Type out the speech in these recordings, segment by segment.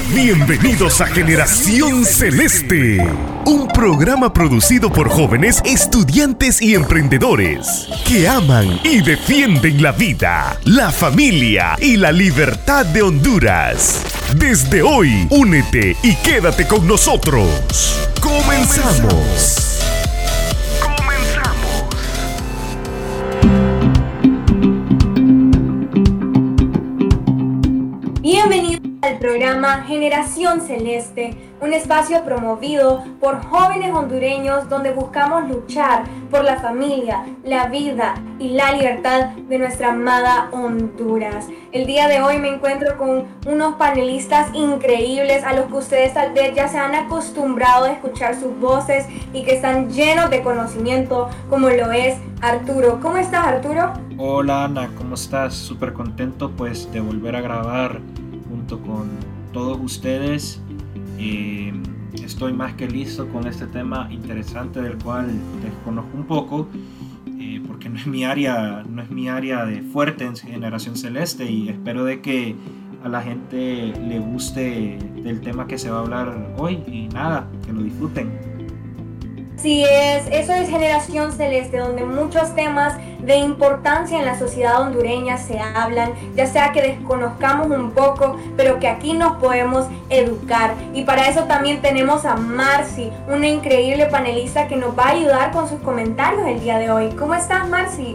Bienvenidos a Generación Celeste, un programa producido por jóvenes estudiantes y emprendedores que aman y defienden la vida, la familia y la libertad de Honduras. Desde hoy, únete y quédate con nosotros. ¡Comenzamos! Bienvenidos al programa Generación Celeste, un espacio promovido por jóvenes hondureños donde buscamos luchar por la familia, la vida y la libertad de nuestra amada Honduras. El día de hoy me encuentro con unos panelistas increíbles a los que ustedes tal vez ya se han acostumbrado a escuchar sus voces y que están llenos de conocimiento, como lo es Arturo. ¿Cómo estás, Arturo? Hola Ana, ¿cómo estás? Súper contento pues de volver a grabar junto con todos ustedes. Estoy más que listo con este tema interesante del cual desconozco un poco, porque no es mi área de fuerte en Generación Celeste, y espero de que a la gente le guste del tema que se va a hablar hoy y nada, que lo disfruten. Así es, eso es Generación Celeste, donde muchos temas de importancia en la sociedad hondureña se hablan, ya sea que desconozcamos un poco, pero que aquí nos podemos educar. Y para eso también tenemos a Marcy, una increíble panelista que nos va a ayudar con sus comentarios el día de hoy. ¿Cómo estás, Marcy?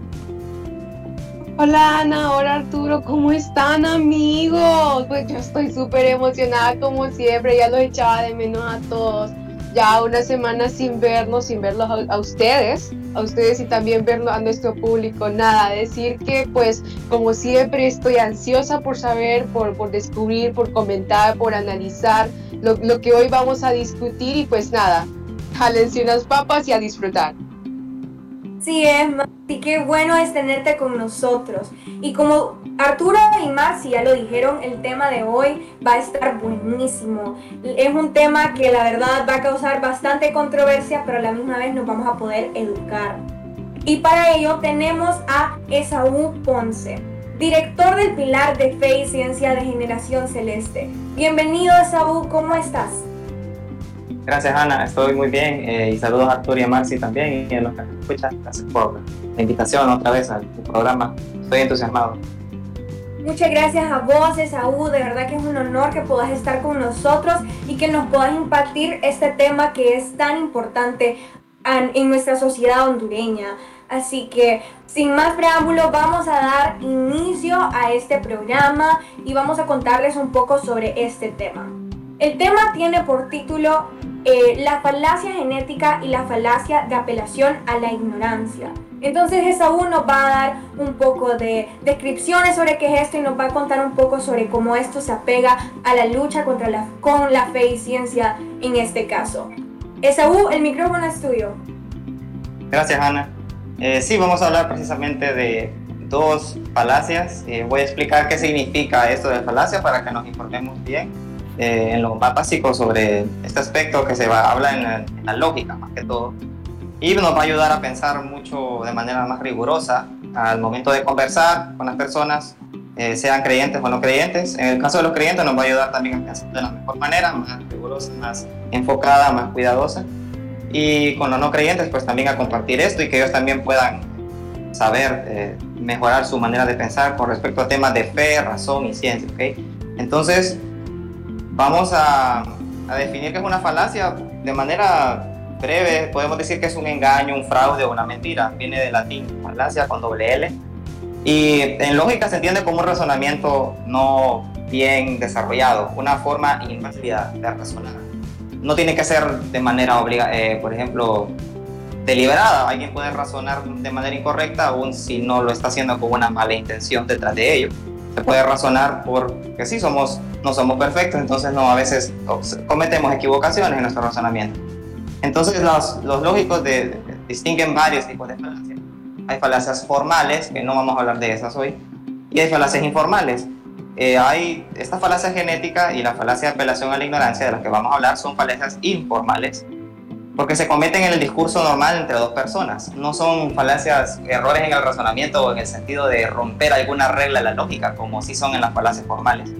Hola Ana, hola Arturo, ¿cómo están, amigos? Pues yo estoy súper emocionada como siempre, ya los echaba de menos a todos. Ya una semana sin verlos a ustedes y también verlo a nuestro público. Nada, decir que pues como siempre estoy ansiosa por saber, por descubrir, por comentar, por analizar lo que hoy vamos a discutir, y pues nada, jálense unas papas y a disfrutar. Sí es, Marcy, qué bueno es tenerte con nosotros. Y como Arturo y Marcy ya lo dijeron, el tema de hoy va a estar buenísimo. Es un tema que la verdad va a causar bastante controversia, pero a la misma vez nos vamos a poder educar. Y para ello tenemos a Esaú Ponce, director del Pilar de Fe y Ciencia de Generación Celeste. Bienvenido, Esaú, ¿cómo estás? Gracias, Ana, estoy muy bien, y saludos a Arturo y a Marcy también, y a los que nos escuchan. Gracias por la invitación otra vez al programa, estoy entusiasmado. Muchas gracias a vos, Esaú, de verdad que es un honor que puedas estar con nosotros y que nos puedas impartir este tema que es tan importante en nuestra sociedad hondureña. Así que, sin más preámbulo, vamos a dar inicio a este programa y vamos a contarles un poco sobre este tema. El tema tiene por título la falacia genética y la falacia de apelación a la ignorancia. Entonces Esaú nos va a dar un poco de descripciones sobre qué es esto y nos va a contar un poco sobre cómo esto se apega a la lucha con la fe y ciencia en este caso. Esaú, el micrófono es tuyo. Gracias, Ana. Sí, vamos a hablar precisamente de dos falacias. Voy a explicar qué significa esto de falacia para que nos informemos bien en lo más básico sobre este aspecto que se habla en la lógica más que todo, y nos va a ayudar a pensar mucho de manera más rigurosa al momento de conversar con las personas, sean creyentes o no creyentes. En el caso de los creyentes nos va a ayudar también a pensar de la mejor manera, más rigurosa, más enfocada, más cuidadosa, y con los no creyentes pues también a compartir esto y que ellos también puedan saber mejorar su manera de pensar con respecto a temas de fe, razón y ciencia, ¿okay? Entonces vamos a definir qué es una falacia de manera breve. Podemos decir que es un engaño, un fraude o una mentira. Viene del latín falacia con doble L. Y en lógica se entiende como un razonamiento no bien desarrollado, una forma inválida de razonar. No tiene que ser de manera por ejemplo, deliberada. Alguien puede razonar de manera incorrecta aun si no lo está haciendo con una mala intención detrás de ello. Se puede razonar porque sí, no somos perfectos, entonces a veces cometemos equivocaciones en nuestro razonamiento. Entonces los lógicos distinguen varios tipos de falacias. Hay falacias formales, que no vamos a hablar de esas hoy, y hay falacias informales. Hay esta falacia genética y la falacia de apelación a la ignorancia, de las que vamos a hablar, son falacias informales, porque se cometen en el discurso normal entre dos personas. No son falacias, errores en el razonamiento o en el sentido de romper alguna regla de la lógica, como sí son en las falacias formales.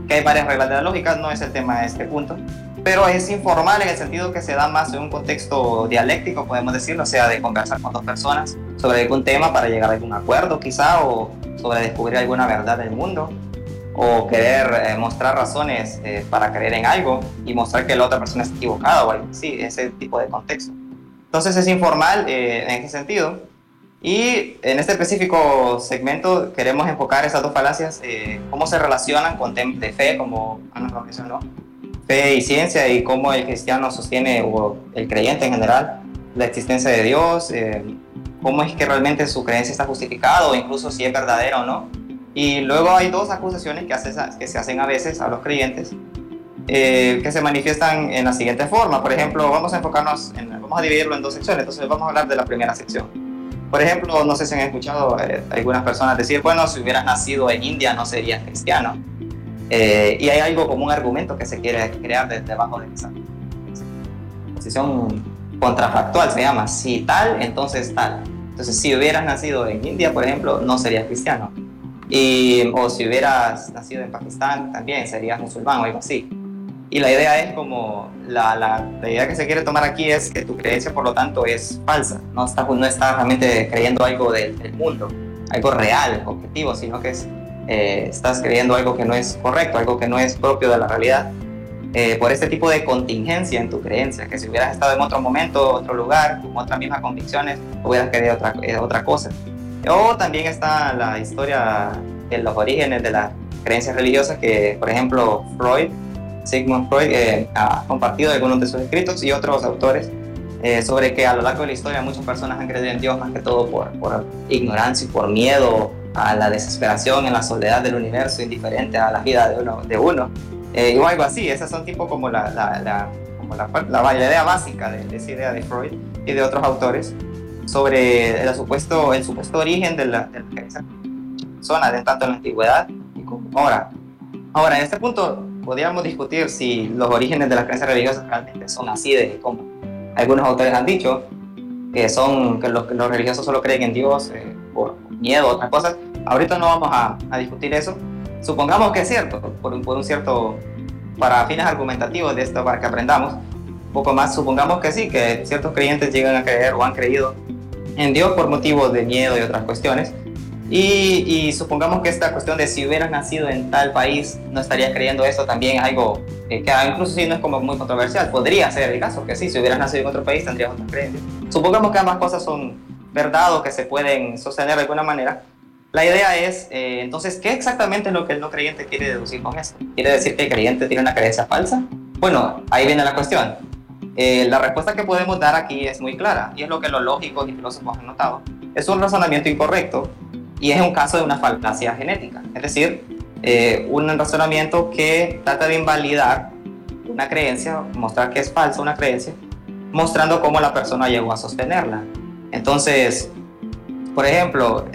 que hay varias reglas de la lógica, no es el tema de este punto, pero es informal en el sentido que se da más en un contexto dialéctico, podemos decirlo, o sea, de conversar con dos personas sobre algún tema para llegar a algún acuerdo quizá, o sobre descubrir alguna verdad del mundo, o querer mostrar razones para creer en algo y mostrar que la otra persona está equivocada o algo así, ese tipo de contexto. Entonces es informal en ese sentido. Y en este específico segmento queremos enfocar esas dos falacias, cómo se relacionan con temas de fe, como Ana lo mencionó, fe y ciencia, y cómo el cristiano sostiene, o el creyente en general, la existencia de Dios, cómo es que realmente su creencia está justificada, o incluso si es verdadera o no. Y luego hay dos acusaciones que se hacen a veces a los creyentes, que se manifiestan en la siguiente forma. Por ejemplo, vamos a dividirlo en dos secciones, entonces vamos a hablar de la primera sección. Por ejemplo, no sé si han escuchado algunas personas decir, bueno, si hubieras nacido en India no serías cristiano. Y hay algo como un argumento que se quiere crear debajo de esa posición contrafactual, se llama, si tal, entonces tal. Entonces, si hubieras nacido en India, por ejemplo, no serías cristiano. O si hubieras nacido en Pakistán, también serías musulmán o algo así. Y la idea es como, la idea que se quiere tomar aquí es que tu creencia, por lo tanto, es falsa. No estás realmente creyendo algo del mundo, algo real, objetivo, sino que estás creyendo algo que no es correcto, algo que no es propio de la realidad. Por este tipo de contingencia en tu creencia, que si hubieras estado en otro momento, otro lugar, con otras mismas convicciones, hubieras creído otra cosa. O también está la historia de los orígenes de las creencias religiosas, que, por ejemplo, Sigmund Freud ha compartido algunos de sus escritos, y otros autores, sobre que a lo largo de la historia muchas personas han creído en Dios más que todo por ignorancia y por miedo a la desesperación en la soledad del universo, indiferente a la vida de uno. O algo así. Esas son tipo como la idea básica de esa idea de Freud y de otros autores sobre el supuesto origen de la creencia persona, de tanto en la antigüedad y como ahora. Ahora, en este punto podríamos discutir si los orígenes de las creencias religiosas realmente son así, de como algunos autores han dicho, que los religiosos solo creen en Dios por miedo o otras cosas. Ahorita no vamos a discutir eso. Supongamos que es cierto, por un cierto, para fines argumentativos de esto, para que aprendamos un poco más, supongamos que sí, que ciertos creyentes llegan a creer o han creído en Dios por motivos de miedo y otras cuestiones. Y supongamos que esta cuestión de si hubieras nacido en tal país no estarías creyendo eso, también es algo que incluso si no es como muy controversial, podría ser el caso, que sí, si hubieras nacido en otro país tendrías otras creencias. Supongamos que ambas cosas son verdad o que se pueden sostener de alguna manera. La idea es, entonces, ¿qué exactamente es lo que el no creyente quiere deducir con esto? ¿Quiere decir que el creyente tiene una creencia falsa? Bueno, ahí viene la cuestión. La respuesta que podemos dar aquí es muy clara, y es lo que los lógicos y filósofos han notado. Es un razonamiento incorrecto, y es un caso de una falacia genética, es decir, un razonamiento que trata de invalidar una creencia, mostrar que es falsa una creencia, mostrando cómo la persona llegó a sostenerla. Entonces, por ejemplo,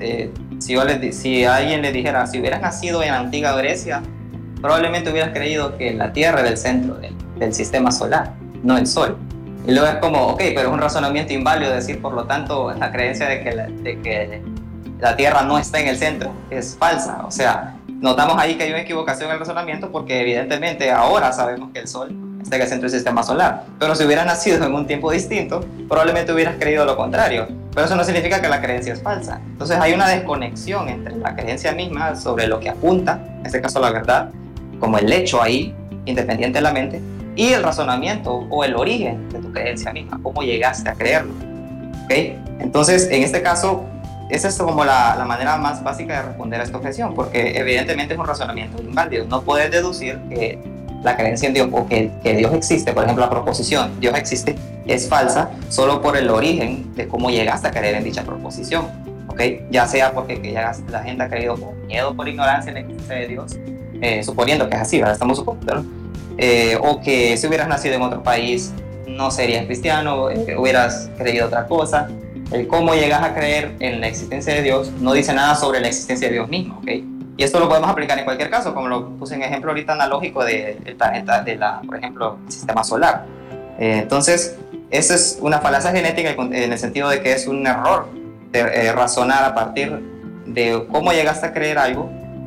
si alguien le dijera, si hubieras nacido en la antigua Grecia, probablemente hubieras creído que la Tierra era el centro del sistema solar, no el Sol. Y luego es como, ok, pero es un razonamiento inválido decir, por lo tanto, la creencia de que la Tierra no está en el centro es falsa. O sea, notamos ahí que hay una equivocación en el razonamiento, porque evidentemente ahora sabemos que el Sol está en el centro del sistema solar. Pero si hubieras nacido en un tiempo distinto, probablemente hubieras creído lo contrario. Pero eso no significa que la creencia es falsa. Entonces hay una desconexión entre la creencia misma sobre lo que apunta, en este caso la verdad, como el hecho ahí, independiente de la mente, y el razonamiento o el origen de tu creencia misma, cómo llegaste a creerlo. ¿Okay? Entonces, en este caso, esa es como la manera más básica de responder a esta objeción, porque evidentemente es un razonamiento inválido. No puedes deducir que la creencia en Dios o que Dios existe, por ejemplo, la proposición Dios existe, es falsa solo por el origen de cómo llegaste a creer en dicha proposición. ¿Okay? Ya sea porque la gente ha creído por miedo, por ignorancia en la existencia de Dios, suponiendo que es así, ¿verdad? Estamos suponiendo, o que si hubieras nacido en otro país no serías cristiano, hubieras creído otra cosa. El cómo llegas a creer en la existencia de Dios no dice nada sobre la existencia de Dios mismo, ¿okay? Y esto lo podemos aplicar en cualquier caso, como lo puse en ejemplo ahorita analógico del planeta, por ejemplo, el sistema solar. Entonces, esa es una falacia genética en el sentido de que es un error de razonar a partir de cómo llegaste a creer algo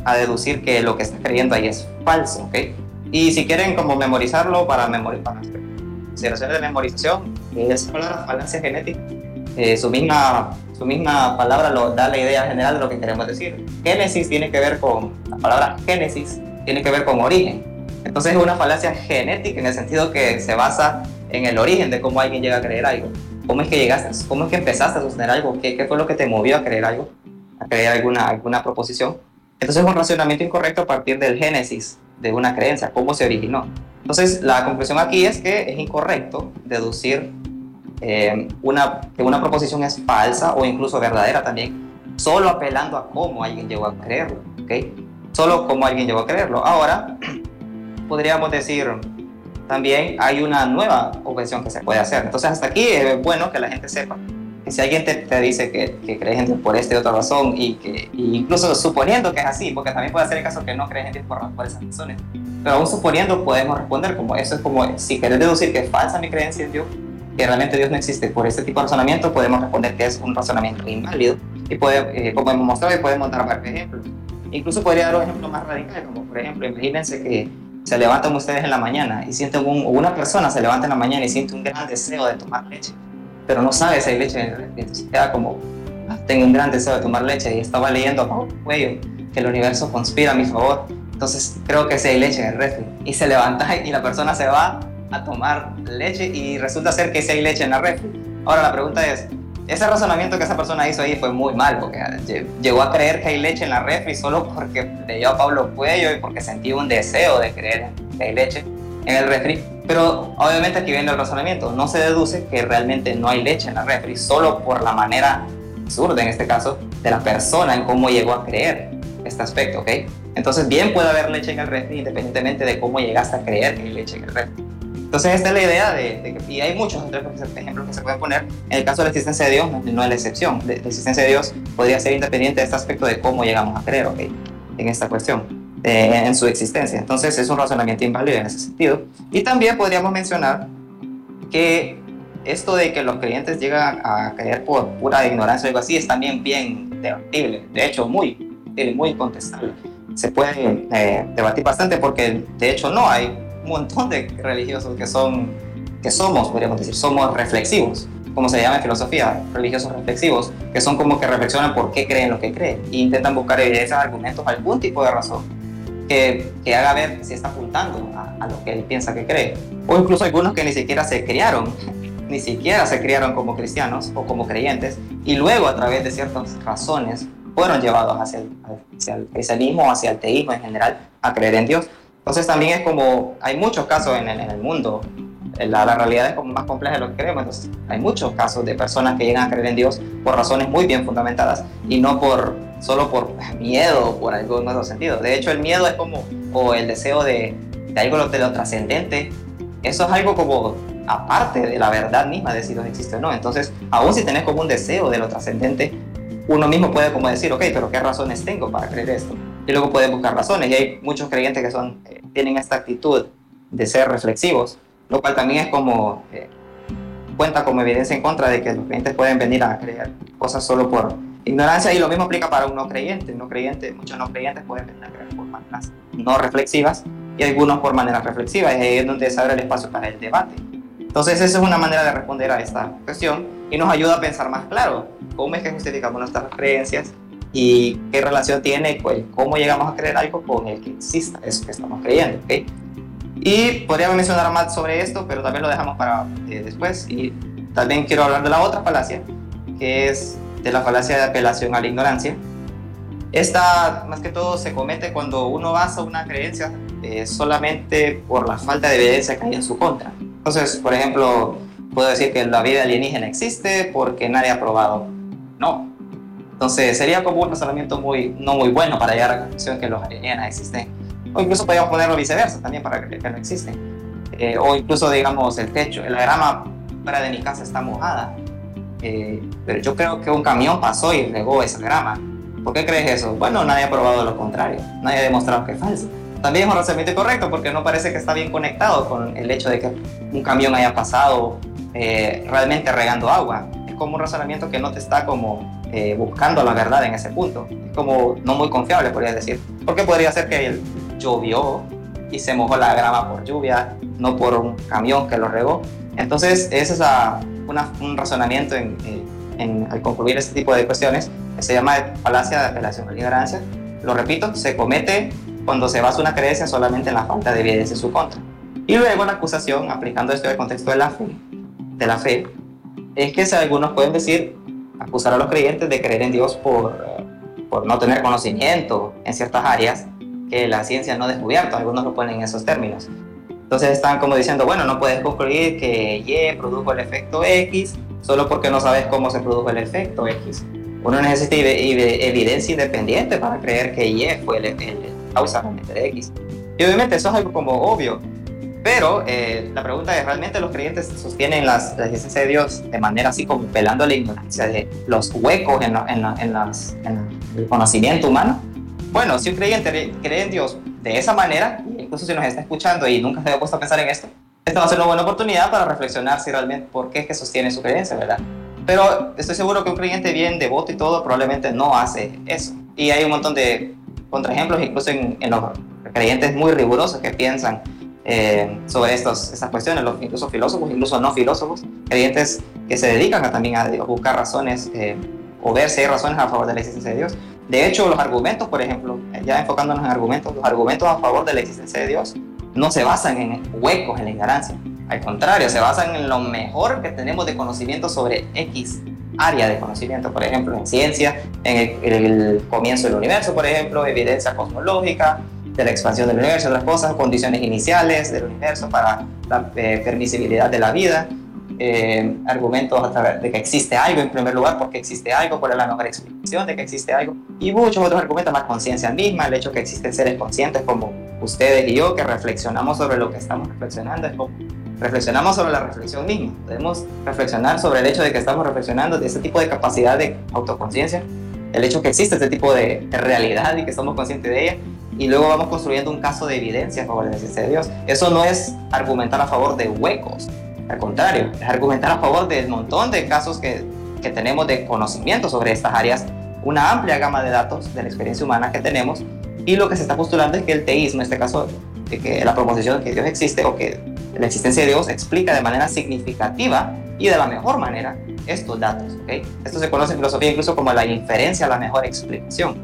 a deducir que lo que estás creyendo ahí es falso, ¿ok? Y si quieren como memorizarlo para consideraciones de memorización, esa palabra falacia genética, su misma palabra da la idea general de lo que queremos decir. Génesis tiene que ver con, la palabra Génesis tiene que ver con origen. Entonces es una falacia genética en el sentido que se basa en el origen de cómo alguien llega a creer algo. ¿Cómo es que llegaste? ¿Cómo es que empezaste a sostener algo? ¿Qué fue lo que te movió a creer algo? A creer alguna proposición. Entonces es un razonamiento incorrecto a partir del génesis de una creencia, cómo se originó. Entonces la conclusión aquí es que es incorrecto deducir que una proposición es falsa o incluso verdadera también, solo apelando a cómo alguien llegó a creerlo, ¿ok? Solo cómo alguien llegó a creerlo. Ahora, podríamos decir, también hay una nueva objeción que se puede hacer. Entonces hasta aquí es bueno que la gente sepa que si alguien te dice que crees en Dios por esta y otra razón y incluso suponiendo que es así, porque también puede ser el caso que no crees en Dios por esas razones, pero aún suponiendo podemos responder como eso es como si querés deducir que es falsa mi creencia en Dios, que realmente Dios no existe por este tipo de razonamiento, podemos responder que es un razonamiento inválido y como hemos mostrado y podemos dar varios ejemplos. Incluso podría dar un ejemplo más radical, como por ejemplo, imagínense que se levantan ustedes en la mañana y sienten una persona se levanta en la mañana y siente un gran deseo de tomar leche, pero no sabe si hay leche en el refri, entonces queda como, tengo un gran deseo de tomar leche y estaba leyendo a Paulo Coelho que el universo conspira a mi favor, entonces creo que sí hay leche en el refri, y se levanta y la persona se va a tomar leche y resulta ser que sí hay leche en la refri. Ahora la pregunta es, ese razonamiento que esa persona hizo ahí fue muy mal, porque llegó a creer que hay leche en la refri solo porque leyó a Paulo Coelho y porque sentía un deseo de creer que hay leche en el refri. Pero obviamente aquí viene el razonamiento, no se deduce que realmente no hay leche en la refri solo por la manera absurda en este caso de la persona en cómo llegó a creer este aspecto, ¿ok? Entonces bien puede haber leche en el refri independientemente de cómo llegaste a creer que hay leche en el refri. Entonces esta es la idea y hay muchos ejemplos que se pueden poner. En el caso de la existencia de Dios no es la excepción. La existencia de Dios podría ser independiente de este aspecto de cómo llegamos a creer, ¿ok? En esta cuestión, en su existencia. Entonces es un razonamiento inválido en ese sentido. Y también podríamos mencionar que esto de que los creyentes llegan a creer por pura ignorancia o algo así es también bien debatible. De hecho, muy contestable. Se puede debatir bastante porque de hecho no hay un montón de religiosos que somos, podríamos decir, somos reflexivos, como se llama en filosofía, religiosos reflexivos, que son como que reflexionan por qué creen lo que creen e intentan buscar evidencias, argumentos, algún tipo de razón que haga ver si está apuntando a lo que él piensa que cree. O incluso algunos que ni siquiera se criaron como cristianos o como creyentes y luego a través de ciertas razones fueron llevados hacia el cristianismo, hacia el teísmo en general, a creer en Dios. Entonces también es como, hay muchos casos en el mundo, la realidad es como más compleja de lo que creemos, entonces hay muchos casos de personas que llegan a creer en Dios por razones muy bien fundamentadas y no solo por miedo o por algún otro sentido. De hecho el miedo es como, o el deseo de algo de lo trascendente, eso es algo como aparte de la verdad misma de si Dios existe o no. Entonces aún si tenés como un deseo de lo trascendente, uno mismo puede como decir, ok, pero ¿qué razones tengo para creer esto? Y luego pueden buscar razones, y hay muchos creyentes que tienen esta actitud de ser reflexivos, lo cual también es como, cuenta como evidencia en contra de que los creyentes pueden venir a creer cosas solo por ignorancia, y lo mismo aplica para un no creyente. Muchos no creyentes pueden venir a creer por maneras no reflexivas, y algunos por maneras reflexivas, y ahí es donde se abre el espacio para el debate. Entonces esa es una manera de responder a esta cuestión, y nos ayuda a pensar más claro cómo es que justificamos nuestras creencias y qué relación tiene, pues, cómo llegamos a creer algo con el que exista eso que estamos creyendo, ¿ok? Y podríamos mencionar más sobre esto, pero también lo dejamos para después. Y también quiero hablar de la otra falacia, que es de la falacia de apelación a la ignorancia. Esta, más que todo, se comete cuando uno basa una creencia solamente por la falta de evidencia que hay en su contra. Entonces, por ejemplo, puedo decir que la vida alienígena existe porque nadie ha probado. No. Entonces sería como un razonamiento no muy bueno para llegar a la conclusión que los alienígenas existen. O incluso podríamos ponerlo viceversa también para creer que no existen. O incluso digamos la grama fuera de mi casa está mojada. Pero yo creo que un camión pasó y regó esa grama. ¿Por qué crees eso? Bueno, nadie ha probado lo contrario. Nadie ha demostrado que es falso. También es un razonamiento correcto porque no parece que está bien conectado con el hecho de que un camión haya pasado realmente regando agua. Es como un razonamiento que no te está como buscando la verdad en ese punto. Es como no muy confiable, podría decir. Porque podría ser que llovió y se mojó la grama por lluvia, no por un camión que lo regó. Entonces, ese es un razonamiento al concluir este tipo de cuestiones, que se llama falacia de apelación a la ignorancia. Lo repito, se comete cuando se basa una creencia solamente en la falta de evidencia en su contra. Y luego la acusación, aplicando esto al contexto de la fe, es que si algunos pueden acusar a los creyentes de creer en Dios por no tener conocimiento en ciertas áreas que la ciencia no ha descubierto. Algunos lo ponen en esos términos. Entonces están como diciendo, bueno, no puedes concluir que Y produjo el efecto X solo porque no sabes cómo se produjo el efecto X. Uno necesita evidencia independiente para creer que Y fue el causa de X. Y obviamente eso es algo como obvio. Pero la pregunta es, ¿realmente los creyentes sostienen la existencia de Dios de manera así como pelando la ignorancia de los huecos en el conocimiento humano? Bueno, si un creyente cree en Dios de esa manera, incluso si nos está escuchando y nunca se había puesto a pensar en esto, esta va a ser una buena oportunidad para reflexionar si realmente por qué es que sostiene su creencia, ¿verdad? Pero estoy seguro que un creyente bien devoto y todo probablemente no hace eso. Y hay un montón de contraejemplos, incluso en los creyentes muy rigurosos que piensan sobre estas cuestiones, incluso filósofos, incluso no filósofos, creyentes que se dedican también a buscar razones o ver si hay razones a favor de la existencia de Dios. De hecho, los argumentos, por ejemplo, ya enfocándonos en argumentos, los argumentos a favor de la existencia de Dios no se basan en huecos, en la ignorancia. Al contrario, se basan en lo mejor que tenemos de conocimiento sobre X área de conocimiento, por ejemplo, en ciencia, en el comienzo del universo, por ejemplo, evidencia cosmológica de la expansión del universo, otras cosas, condiciones iniciales del universo para la permisibilidad de la vida, argumentos a través de que existe algo en primer lugar, porque existe algo, cuál es la mejor explicación de que existe algo, y muchos otros argumentos, la conciencia misma, el hecho que existen seres conscientes como ustedes y yo, que reflexionamos sobre lo que estamos reflexionando, es como reflexionamos sobre la reflexión misma. Podemos reflexionar sobre el hecho de que estamos reflexionando de ese tipo de capacidad de autoconciencia, el hecho que existe este tipo de realidad y que somos conscientes de ella, y luego vamos construyendo un caso de evidencia a favor de la existencia de Dios. Eso no es argumentar a favor de huecos, al contrario, es argumentar a favor del montón de casos que tenemos de conocimiento sobre estas áreas, una amplia gama de datos de la experiencia humana que tenemos, y lo que se está postulando es que el teísmo, en este caso, de que la proposición de que Dios existe o que la existencia de Dios explica de manera significativa y de la mejor manera estos datos, ¿okay? Esto se conoce en filosofía incluso como la inferencia a la mejor explicación,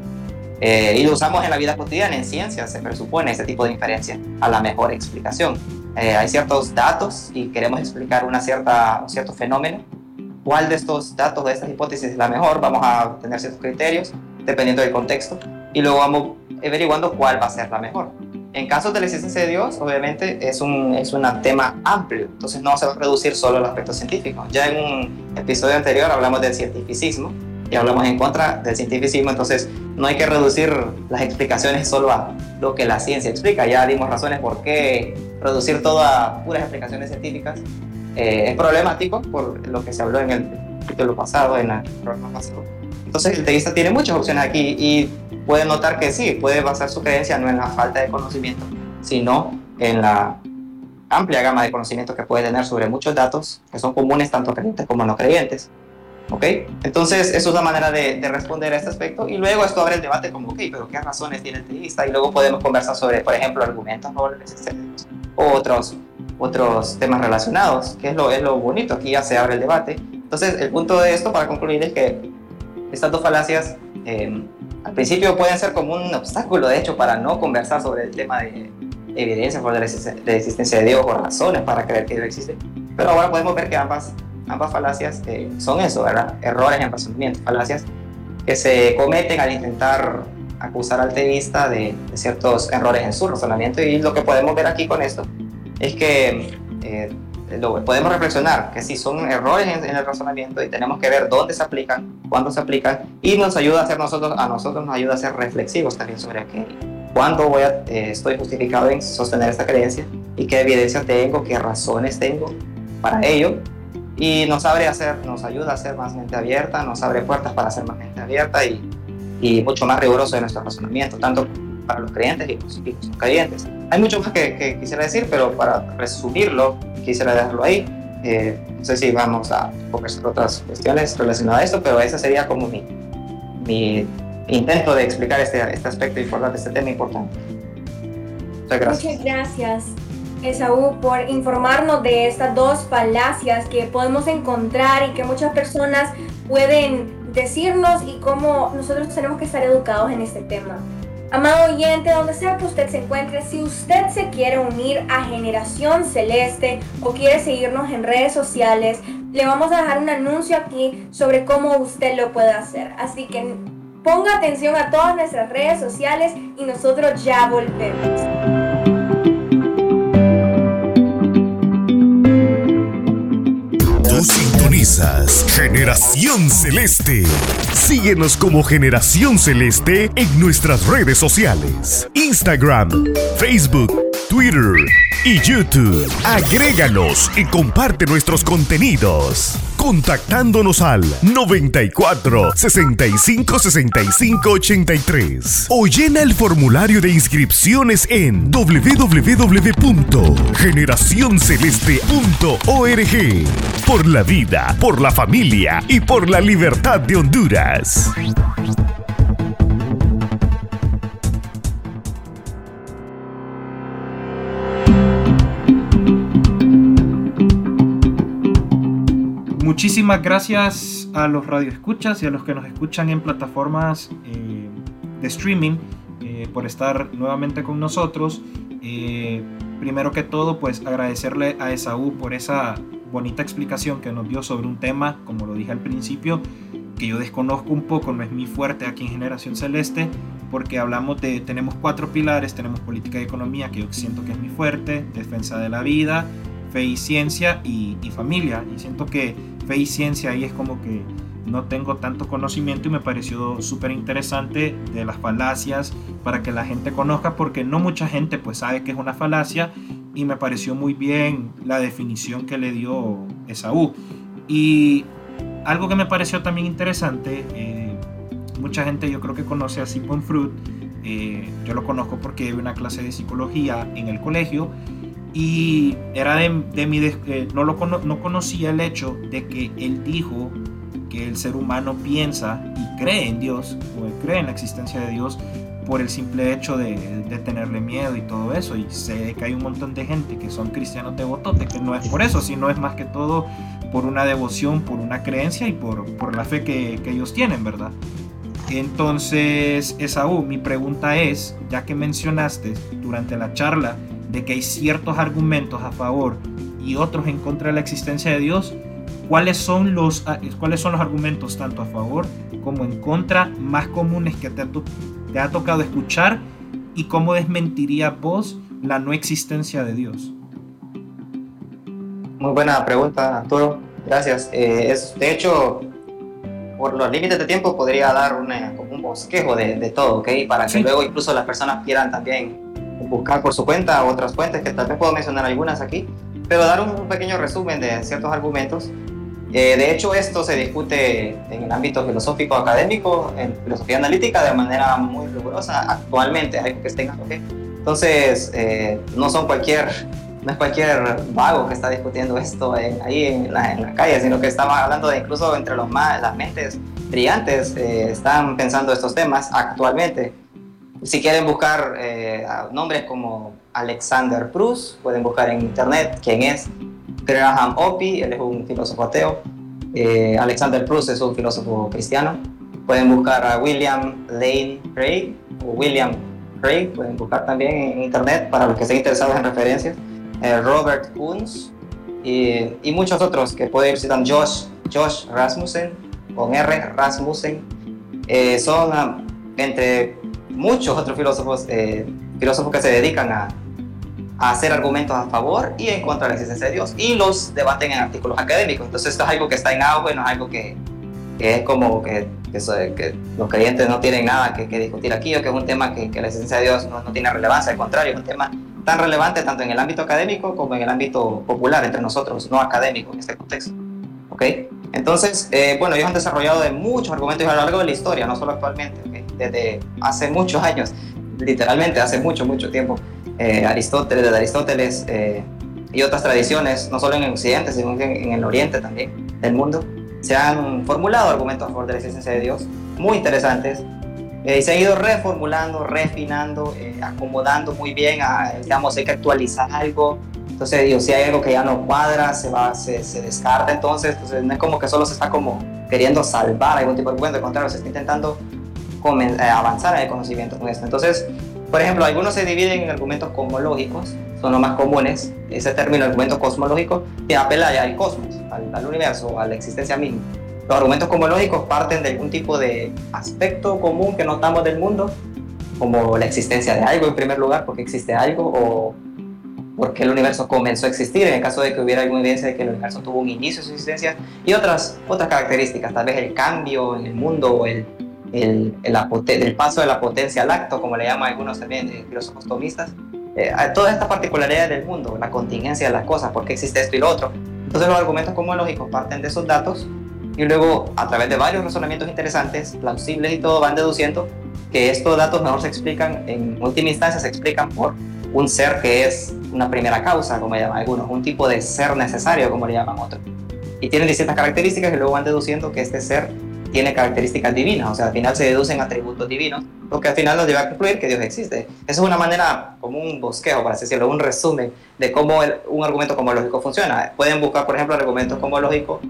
y lo usamos en la vida cotidiana. En ciencia se presupone este tipo de inferencia a la mejor explicación. Hay ciertos datos y queremos explicar un cierto fenómeno. ¿Cuál de estos datos, de estas hipótesis es la mejor? Vamos a tener ciertos criterios dependiendo del contexto y luego vamos averiguando cuál va a ser la mejor. En casos de la existencia de Dios, obviamente es un tema amplio, entonces no se va a reducir solo al aspecto científico. Ya en un episodio anterior hablamos del cientificismo y hablamos en contra del cientificismo, entonces no hay que reducir las explicaciones solo a lo que la ciencia explica. Ya dimos razones por qué reducir todo a puras explicaciones científicas es problemático, por lo que se habló en el capítulo pasado, en el programa pasado. Entonces el teísta tiene muchas opciones aquí y puede notar que sí, puede basar su creencia no en la falta de conocimiento, sino en la amplia gama de conocimientos que puede tener sobre muchos datos que son comunes tanto a creyentes como a no creyentes. ¿Ok? Entonces, eso es una manera de responder a este aspecto, y luego esto abre el debate como, ok, pero ¿qué razones tiene el teísta? Y luego podemos conversar sobre, por ejemplo, argumentos a favor de la existencia de Dios o otros temas relacionados, que es lo bonito. Aquí ya se abre el debate. Entonces, el punto de esto, para concluir, es que estas dos falacias al principio pueden ser como un obstáculo, de hecho, para no conversar sobre el tema de evidencia a favor de la existencia de Dios o razones para creer que Dios existe, pero ahora podemos ver que ambas falacias son eso, ¿verdad? Errores en razonamiento, falacias que se cometen al intentar acusar al teísta de ciertos errores en su razonamiento. Y lo que podemos ver aquí con esto es que podemos reflexionar que sí son errores en el razonamiento y tenemos que ver dónde se aplican, cuándo se aplican, y nos ayuda a nosotros nos ayuda a ser reflexivos también sobre cuándo estoy justificado en sostener esta creencia y qué evidencia tengo, qué razones tengo para ello. Y nos ayuda a ser más mente abierta, nos abre puertas para ser más mente abierta y mucho más riguroso de nuestro razonamiento, tanto para los creyentes y los no creyentes. Hay mucho más que quisiera decir, pero para resumirlo, quisiera dejarlo ahí. No sé si vamos a conversar otras cuestiones relacionadas a esto, pero ese sería como mi intento de explicar este aspecto importante, este tema importante. Muchas gracias. Muchas gracias, Esaú, por informarnos de estas dos falacias que podemos encontrar y que muchas personas pueden decirnos y cómo nosotros tenemos que estar educados en este tema. Amado oyente, donde sea que usted se encuentre, si usted se quiere unir a Generación Celeste o quiere seguirnos en redes sociales, le vamos a dejar un anuncio aquí sobre cómo usted lo puede hacer. Así que ponga atención a todas nuestras redes sociales y nosotros ya volvemos. Tú sintonizas Generación Celeste. Síguenos como Generación Celeste en nuestras redes sociales: Instagram, Facebook, Twitter y YouTube. Agréganos y comparte nuestros contenidos contactándonos al 94 65 65 83 o llena el formulario de inscripciones en www.generacionceleste.org. Por la vida, por la familia y por la libertad de Honduras. Muchísimas gracias a los radioescuchas y a los que nos escuchan en plataformas de streaming por estar nuevamente con nosotros. Primero que todo, pues agradecerle a Esaú por esa bonita explicación que nos dio sobre un tema, como lo dije al principio, que yo desconozco un poco, no es muy fuerte aquí en Generación Celeste, porque tenemos 4 pilares: tenemos política y economía, que yo siento que es muy fuerte, defensa de la vida, fe y ciencia y familia, y siento que fe y ciencia ahí es como que no tengo tanto conocimiento, y me pareció súper interesante de las falacias para que la gente conozca, porque no mucha gente pues sabe que es una falacia, y me pareció muy bien la definición que le dio Esaú. Y algo que me pareció también interesante, mucha gente yo creo que conoce a Sigmund Freud. Yo lo conozco porque tuve una clase de psicología en el colegio, y era no conocía el hecho de que él dijo que el ser humano piensa y cree en Dios, o cree en la existencia de Dios, por el simple hecho de tenerle miedo y todo eso. Y sé que hay un montón de gente que son cristianos devototes, que no es por eso, sino es más que todo por una devoción, por una creencia y por la fe que ellos tienen, ¿verdad? Entonces, Esaú, mi pregunta es, ya que mencionaste durante la charla de que hay ciertos argumentos a favor y otros en contra de la existencia de Dios, ¿cuáles son los argumentos tanto a favor como en contra más comunes que te ha tocado escuchar, y cómo desmentirías vos la no existencia de Dios? Muy buena pregunta, Arturo. Gracias. De hecho, por los límites de tiempo podría dar un bosquejo de todo, ¿ok? Para que luego incluso las personas quieran también buscar por su cuenta otras fuentes, que tal vez puedo mencionar algunas aquí, pero dar un pequeño resumen de ciertos argumentos. De hecho, esto se discute en el ámbito filosófico académico, en filosofía analítica, de manera muy rigurosa actualmente, algo que esté en auge. Entonces, no es cualquier vago que está discutiendo esto ahí en la calle, sino que estamos hablando de incluso entre las mentes brillantes están pensando estos temas actualmente. Si quieren buscar nombres como Alexander Proust, pueden buscar en internet quién es. Graham Oppy, él es un filósofo ateo. Alexander Proust es un filósofo cristiano. Pueden buscar a William Lane Craig o William Craig, pueden buscar también en internet para los que estén interesados en referencias. Robert Kunz y muchos otros que pueden ir citando. Josh Rasmussen, con R, Rasmussen. Son entre muchos otros filósofos que se dedican a hacer argumentos a favor y en contra de la existencia de Dios, y los debaten en artículos académicos. Entonces esto es algo que está en auge, no es algo que es como que los creyentes no tienen nada que discutir aquí, o que es un tema que la existencia de Dios no tiene relevancia. Al contrario, es un tema tan relevante tanto en el ámbito académico como en el ámbito popular entre nosotros, no académico en este contexto. ¿Ok? Entonces, bueno, ellos han desarrollado de muchos argumentos a lo largo de la historia, no solo actualmente, ¿okay? Desde hace muchos años, literalmente hace mucho tiempo. Aristóteles, y otras tradiciones, no solo en el occidente, sino en el oriente también del mundo, se han formulado argumentos a favor de la existencia de Dios, muy interesantes, y se han ido reformulando, refinando, acomodando muy bien, digamos, hay que actualizar algo. Entonces, digo, si hay algo que ya no cuadra, se descarta, entonces no es como que solo se está como queriendo salvar algún tipo de argumento, al contrario, se está intentando avanzar en el conocimiento con esto. Entonces, por ejemplo, algunos se dividen en argumentos cosmológicos, son los más comunes. Ese término, argumento cosmológico, que apela al cosmos, al universo, a la existencia misma. Los argumentos cosmológicos parten de algún tipo de aspecto común que notamos del mundo, como la existencia de algo en primer lugar, porque existe algo, o porque el universo comenzó a existir, en el caso de que hubiera alguna evidencia de que el universo tuvo un inicio de su existencia, y otras características, tal vez el cambio en el mundo, o el paso de la potencia al acto, como le llaman algunos también filósofos tomistas, todas estas particularidades del mundo, la contingencia de las cosas, por qué existe esto y lo otro. Entonces los argumentos cosmológicos parten de esos datos y luego a través de varios razonamientos interesantes, plausibles y todo, van deduciendo que estos datos mejor se explican, en última instancia se explican por un ser que es una primera causa, como le llaman algunos, un tipo de ser necesario, como le llaman otros, y tienen distintas características y luego van deduciendo que este ser tiene características divinas, o sea, al final se deducen atributos divinos, lo que al final nos lleva a concluir que Dios existe. Eso es una manera, como un bosquejo, para así decirlo, un resumen de cómo un argumento cosmológico funciona. Pueden buscar, por ejemplo, el argumento cosmológico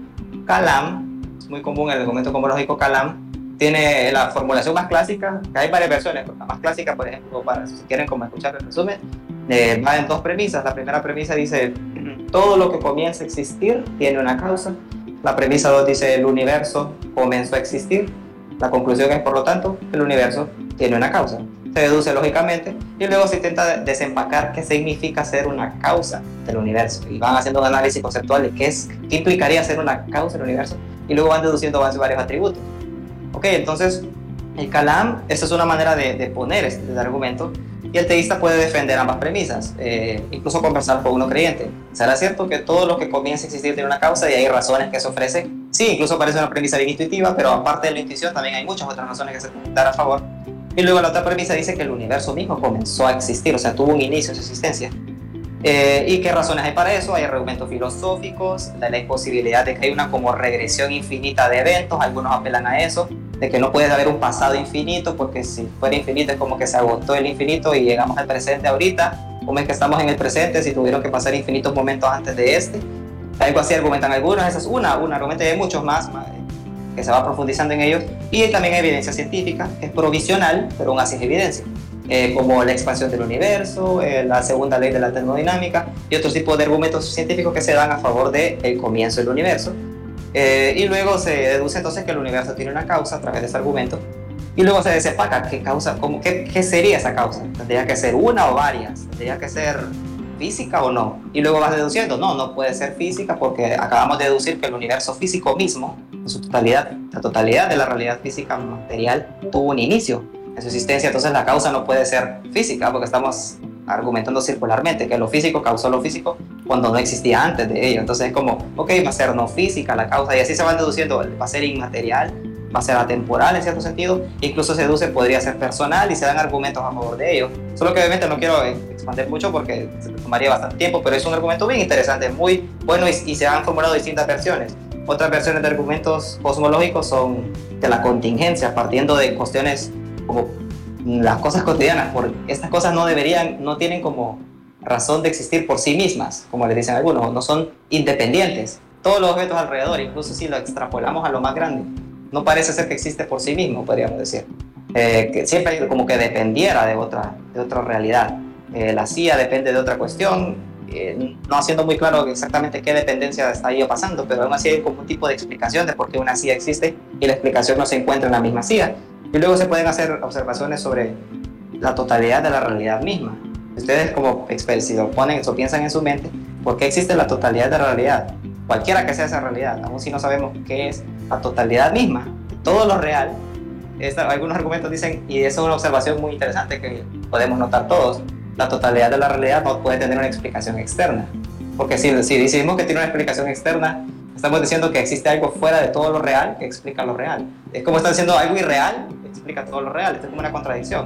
Kalam, es muy común el argumento cosmológico Kalam, tiene la formulación más clásica, que hay varias versiones, la más clásica, por ejemplo, para si quieren como escuchar el resumen, va en dos premisas. La primera premisa dice, todo lo que comienza a existir tiene una causa. La premisa 2 dice, el universo comenzó a existir. La conclusión es, por lo tanto, el universo tiene una causa. Se deduce lógicamente y luego se intenta desempacar qué significa ser una causa del universo. Y van haciendo un análisis conceptual de qué implicaría ser una causa del universo y luego van deduciendo varios atributos. Ok, entonces el Kalam, esa es una manera de poner este argumento, y el teísta puede defender ambas premisas, incluso conversar con uno creyente. ¿Será cierto que todo lo que comienza a existir tiene una causa y hay razones que se ofrecen? Sí, incluso parece una premisa bien intuitiva, pero aparte de la intuición también hay muchas otras razones que se pueden dar a favor. Y luego la otra premisa dice que el universo mismo comenzó a existir, o sea, tuvo un inicio en su existencia. ¿Y qué razones hay para eso? Hay argumentos filosóficos, de la imposibilidad de que hay una como regresión infinita de eventos, algunos apelan a eso, de que no puede haber un pasado infinito, porque si fuera infinito es como que se agotó el infinito y llegamos al presente ahorita, como es que estamos en el presente si tuvieron que pasar infinitos momentos antes de este. Algo así argumentan algunos, esa es un argumento de muchos más que se va profundizando en ellos, y también hay evidencia científica, que es provisional, pero aún así es evidencia. Como la expansión del universo, la segunda ley de la termodinámica y otros tipos de argumentos científicos que se dan a favor del comienzo del universo. Y luego se deduce entonces que el universo tiene una causa a través de ese argumento, y luego se desempaca qué sería esa causa. ¿Tendría que ser una o varias? ¿Tendría que ser física o no? Y luego vas deduciendo, no puede ser física porque acabamos de deducir que el universo físico mismo, en su totalidad, la totalidad de la realidad física material, tuvo un inicio en su existencia. Entonces la causa no puede ser física porque estamos argumentando circularmente que lo físico causó lo físico cuando no existía antes de ello. Entonces es como, ok, va a ser no física la causa, y así se van deduciendo, va a ser inmaterial, va a ser atemporal en cierto sentido, incluso se deduce podría ser personal, y se dan argumentos a favor de ello. Solo que obviamente no quiero expandir mucho porque se tomaría bastante tiempo, pero es un argumento bien interesante, muy bueno, y se han formulado distintas versiones. Otras versiones de argumentos cosmológicos son de la contingencia, partiendo de cuestiones como las cosas cotidianas, porque estas cosas no tienen como razón de existir por sí mismas, como les dicen algunos, no son independientes. Todos los objetos alrededor, incluso si lo extrapolamos a lo más grande, no parece ser que existe por sí mismo, podríamos decir. Que siempre como que dependiera de otra realidad. La CIA depende de otra cuestión, no haciendo muy claro exactamente qué dependencia está ahí pasando, pero aún así hay como un tipo de explicación de por qué una CIA existe y la explicación no se encuentra en la misma CIA. Y luego se pueden hacer observaciones sobre la totalidad de la realidad misma. Ustedes como expertos, si lo ponen o piensan en su mente, ¿por qué existe la totalidad de la realidad? Cualquiera que sea esa realidad, aun si no sabemos qué es la totalidad misma, todo lo real. Algunos argumentos dicen, y eso es una observación muy interesante que podemos notar todos, la totalidad de la realidad no puede tener una explicación externa. Porque si decimos que tiene una explicación externa, estamos diciendo que existe algo fuera de todo lo real que explica lo real. Es como estar diciendo algo irreal que explica todo lo real. Esto es como una contradicción.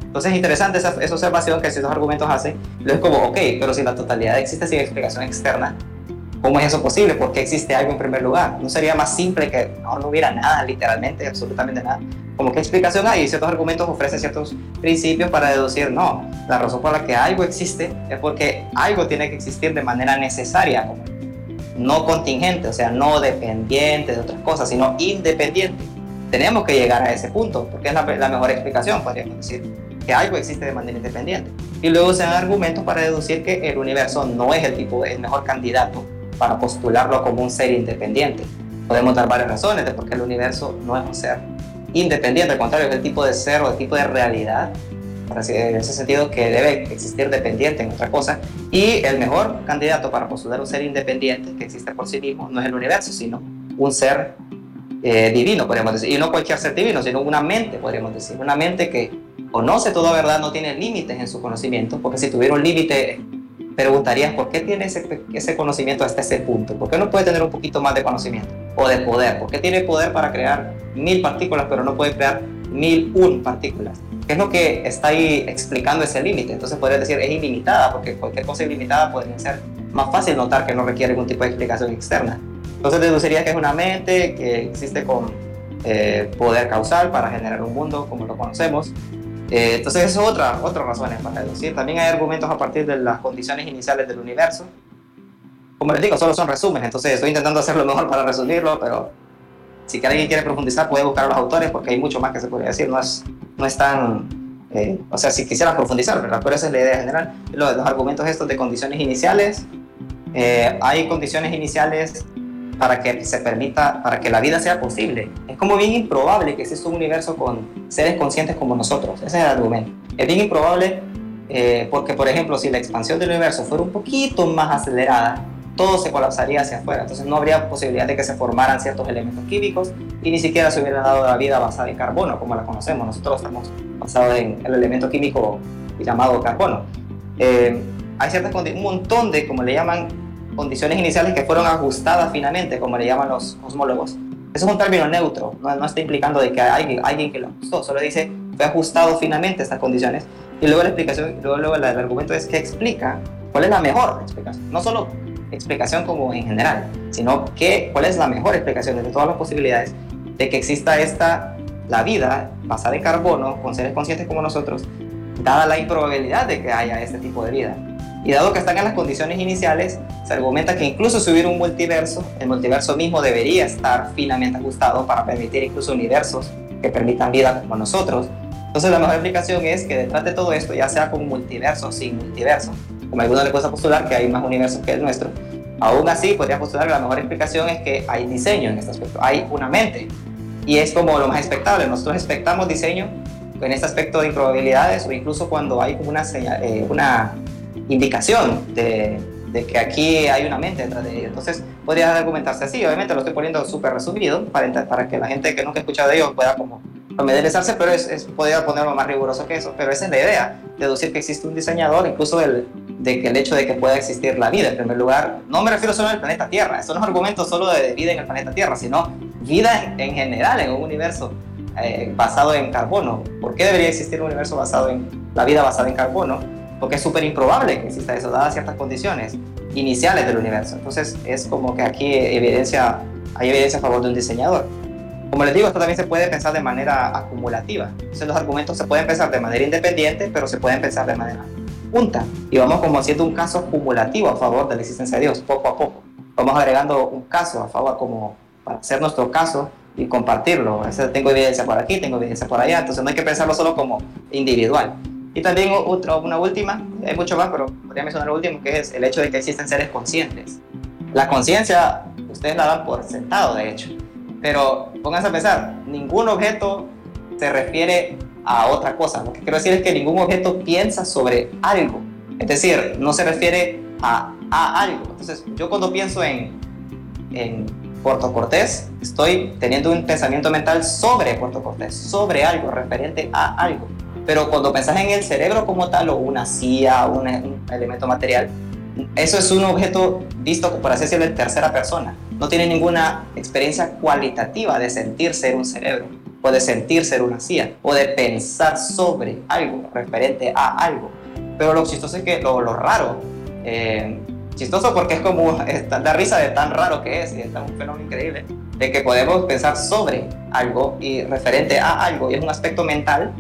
Entonces es interesante esa observación que ciertos argumentos hacen. Luego es como, ok, pero si la totalidad existe sin explicación externa, ¿cómo es eso posible? ¿Por qué existe algo en primer lugar? ¿No sería más simple que no hubiera nada, literalmente, absolutamente nada? ¿Cómo qué explicación hay? Y ciertos argumentos ofrecen ciertos principios para deducir, no, la razón por la que algo existe es porque algo tiene que existir de manera necesaria, como no contingente, o sea, no dependiente de otras cosas, sino independiente. Tenemos que llegar a ese punto, porque es la mejor explicación, podríamos decir, que algo existe de manera independiente. Y luego se dan argumentos para deducir que el universo no es el mejor candidato para postularlo como un ser independiente. Podemos dar varias razones de por qué el universo no es un ser independiente, al contrario, es el tipo de ser o el tipo de realidad, en ese sentido, que debe existir dependiente en otra cosa. Y el mejor candidato para postular un ser independiente que existe por sí mismo no es el universo, sino un ser divino, podríamos decir. Y no cualquier ser divino, sino una mente, podríamos decir. Una mente que conoce toda verdad, no tiene límites en su conocimiento, porque si tuviera un límite, preguntarías por qué tiene ese conocimiento hasta ese punto. ¿Por qué no puede tener un poquito más de conocimiento o de poder? ¿Por qué tiene poder para crear 1000 partículas, pero no puede crear 1001 partículas? ¿Qué es lo que está ahí explicando ese límite? Entonces podrías decir, es ilimitada, porque cualquier cosa ilimitada podría ser más fácil notar que no requiere ningún tipo de explicación externa. Entonces deducirías que es una mente que existe con poder causal para generar un mundo como lo conocemos. Entonces eso es otras razones para deducir. También hay argumentos a partir de las condiciones iniciales del universo. Como les digo, solo son resúmenes, entonces estoy intentando hacer lo mejor para resumirlo, pero si alguien quiere profundizar puede buscar a los autores, porque hay mucho más que se podría decir. No es tan... o sea, si quisieras profundizar, ¿verdad? Pero esa es la idea general. Los argumentos estos de condiciones iniciales, hay condiciones iniciales para que la vida sea posible. Es como bien improbable que exista un universo con seres conscientes como nosotros. Ese es el argumento. Es bien improbable porque, por ejemplo, si la expansión del universo fuera un poquito más acelerada, todo se colapsaría hacia afuera. Entonces no habría posibilidad de que se formaran ciertos elementos químicos y ni siquiera se hubiera dado la vida basada en carbono, como la conocemos. Nosotros estamos basados en el elemento químico llamado carbono. Hay un montón de, como le llaman, condiciones iniciales que fueron ajustadas finamente, como le llaman los cosmólogos. Eso es un término neutro, no está implicando de que hay alguien que lo ajustó, solo dice fue ajustado finamente estas condiciones. Y luego la explicación, luego el argumento es que explica cuál es la mejor explicación, no solo explicación como en general, sino cuál es la mejor explicación de todas las posibilidades de que exista la vida basada en carbono con seres conscientes como nosotros, dada la improbabilidad de que haya este tipo de vida. Y dado que están en las condiciones iniciales, se argumenta que incluso si hubiera un multiverso, el multiverso mismo debería estar finamente ajustado para permitir incluso universos que permitan vida como nosotros. Entonces la mejor explicación es que detrás de todo esto, ya sea con multiverso o sin multiverso, como a algunos les cuesta postular que hay más universos que el nuestro, aún así podría postular que la mejor explicación es que hay diseño en este aspecto, hay una mente. Y es como lo más expectable, nosotros expectamos diseño en este aspecto de improbabilidades o incluso cuando hay como una indicación de que aquí hay una mente detrás de ello. Entonces podría argumentarse así. Obviamente lo estoy poniendo súper resumido para que la gente que nunca ha escuchado de ello pueda como familiarizarse, pero podría ponerlo más riguroso que eso. Pero esa es la idea, deducir que existe un diseñador, incluso de que el hecho de que pueda existir la vida. En primer lugar, no me refiero solo al planeta Tierra, estos no es argumentos solo de vida en el planeta Tierra, sino vida en general en un universo basado en carbono. ¿Por qué debería existir un universo basado en la vida basada en carbono? Porque es súper improbable que exista eso, dadas ciertas condiciones iniciales del universo. Entonces es como que aquí hay evidencia a favor de un diseñador. Como les digo, esto también se puede pensar de manera acumulativa. Entonces los argumentos se pueden pensar de manera independiente, pero se pueden pensar de manera junta. Y vamos como haciendo un caso acumulativo a favor de la existencia de Dios, poco a poco. Vamos agregando un caso a favor como para hacer nuestro caso y compartirlo. Tengo evidencia por aquí, tengo evidencia por allá, entonces no hay que pensarlo solo como individual. Y también una última, hay mucho más, pero podría mencionar lo último, que es el hecho de que existen seres conscientes. La conciencia, ustedes la dan por sentado, de hecho, pero pónganse a pensar, ningún objeto se refiere a otra cosa. Lo que quiero decir es que ningún objeto piensa sobre algo, es decir, no se refiere a algo. Entonces, yo cuando pienso en Puerto Cortés, estoy teniendo un pensamiento mental sobre Puerto Cortés, sobre algo, referente a algo. Pero cuando pensás en el cerebro como tal, o una silla, un elemento material, eso es un objeto visto, por así decirlo, en tercera persona. No tiene ninguna experiencia cualitativa de sentir ser un cerebro. o de sentir ser una CIA, o de pensar sobre algo, referente a algo. Pero lo chistoso es que, lo raro, chistoso porque es como, da risa de tan raro que es, y es un fenómeno increíble, de que podemos pensar sobre algo y referente a algo, y es un aspecto mental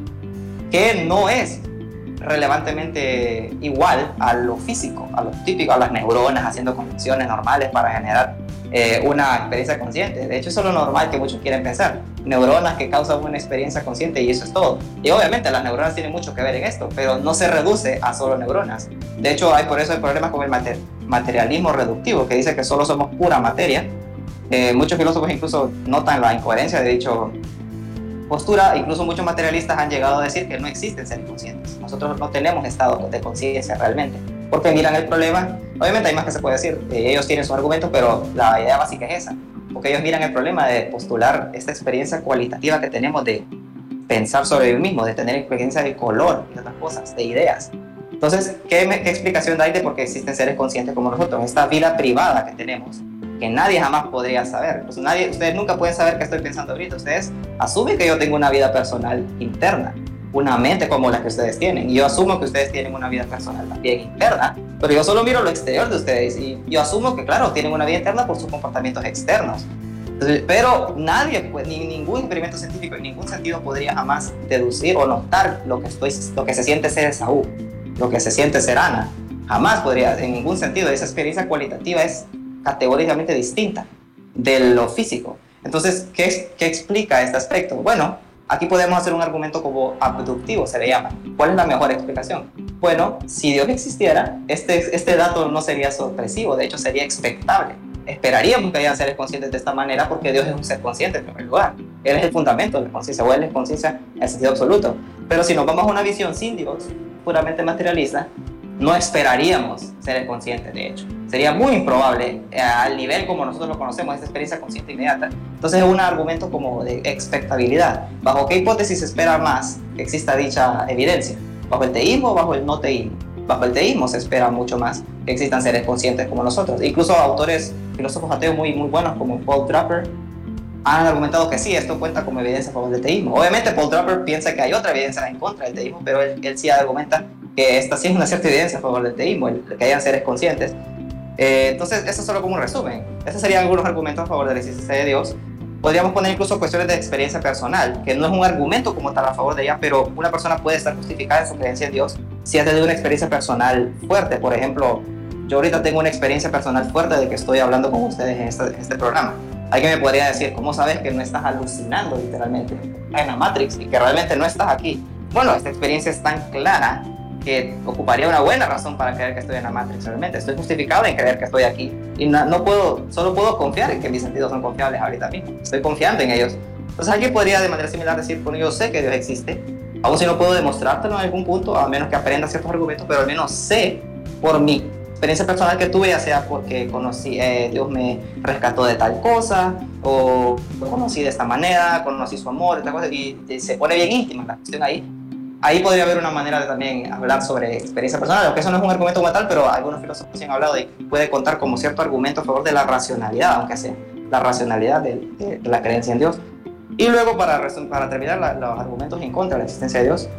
que no es relevantemente igual a lo físico, a lo típico, a las neuronas haciendo conexiones normales para generar una experiencia consciente. De hecho, eso es lo normal que muchos quieren pensar. Neuronas que causan una experiencia consciente y eso es todo. Y obviamente las neuronas tienen mucho que ver en esto, pero no se reduce a solo neuronas. De hecho, por eso hay problemas con el materialismo reductivo, que dice que solo somos pura materia. Muchos filósofos incluso notan la incoherencia de dicho postura. Incluso muchos materialistas han llegado a decir que no existen seres conscientes. Nosotros no tenemos estado de conciencia realmente, porque miran el problema. Obviamente hay más que se puede decir, ellos tienen sus argumentos, pero la idea básica es esa, porque ellos miran el problema de postular esta experiencia cualitativa que tenemos de pensar sobre el mismo, de tener experiencia de color y otras cosas, de ideas. Entonces, ¿qué explicación da de por qué existen seres conscientes como nosotros? Esta vida privada que tenemos, que nadie jamás podría saber. Pues ustedes nunca pueden saber qué estoy pensando ahorita. Ustedes asumen que yo tengo una vida personal interna, una mente como la que ustedes tienen. Y yo asumo que ustedes tienen una vida personal también interna, pero yo solo miro lo exterior de ustedes. Y yo asumo que, claro, tienen una vida interna por sus comportamientos externos. Entonces, pero nadie, pues, ni ningún experimento científico en ningún sentido podría jamás deducir o notar lo que se siente ser Esaú, lo que se siente ser Ana. Jamás podría, en ningún sentido. Esa experiencia cualitativa es categóricamente distinta de lo físico. Entonces, ¿qué explica este aspecto? Bueno, aquí podemos hacer un argumento como abductivo, se le llama. ¿Cuál es la mejor explicación? Bueno, si Dios existiera, este dato no sería sorpresivo, de hecho sería expectable. Esperaríamos que hayan seres conscientes de esta manera porque Dios es un ser consciente en primer lugar. Él es el fundamento de la conciencia, o Él es conciencia en el sentido absoluto. Pero si nos vamos a una visión sin Dios, puramente materialista, no esperaríamos ser conscientes, de hecho. Sería muy improbable al nivel como nosotros lo conocemos, esta experiencia consciente inmediata. Entonces es un argumento como de expectabilidad. ¿Bajo qué hipótesis se espera más que exista dicha evidencia? ¿Bajo el teísmo o bajo el no teísmo? Bajo el teísmo se espera mucho más que existan seres conscientes como nosotros. Incluso autores, filósofos ateos muy buenos como Paul Tropper han argumentado que sí, esto cuenta como evidencia a favor del teísmo. Obviamente Paul Tropper piensa que hay otra evidencia en contra del teísmo, pero él sí argumenta que esta sí es una cierta evidencia a favor del teísmo, que hayan seres conscientes. Entonces, eso es solo como un resumen. Esos serían algunos argumentos a favor de la existencia de Dios. Podríamos poner incluso cuestiones de experiencia personal, que no es un argumento como tal a favor de ella, pero una persona puede estar justificada en su creencia en Dios si ha tenido una experiencia personal fuerte. Por ejemplo, yo ahorita tengo una experiencia personal fuerte de que estoy hablando con ustedes en este programa. Alguien me podría decir, ¿cómo sabes que no estás alucinando literalmente en la Matrix y que realmente no estás aquí? Bueno, esta experiencia es tan clara que ocuparía una buena razón para creer que estoy en la Matrix realmente. Estoy justificado en creer que estoy aquí y solo puedo confiar en que mis sentidos son confiables ahorita mismo. Estoy confiando en ellos. Entonces alguien podría de manera similar decir, bueno, yo sé que Dios existe, aun si no puedo demostrártelo en algún punto, a menos que aprenda ciertos argumentos, pero al menos sé por mi experiencia personal que tuve, ya sea porque conocí, Dios me rescató de tal cosa, o conocí de esta manera, conocí su amor, esta cosa, y se pone bien íntima la cuestión ahí. Ahí podría haber una manera de también hablar sobre experiencia personal, aunque eso no es un argumento como tal, pero algunos filósofos han hablado y puede contar como cierto argumento a favor de la racionalidad, aunque sea la racionalidad de la creencia en Dios. Y luego, para terminar los argumentos en contra de la existencia de Dios,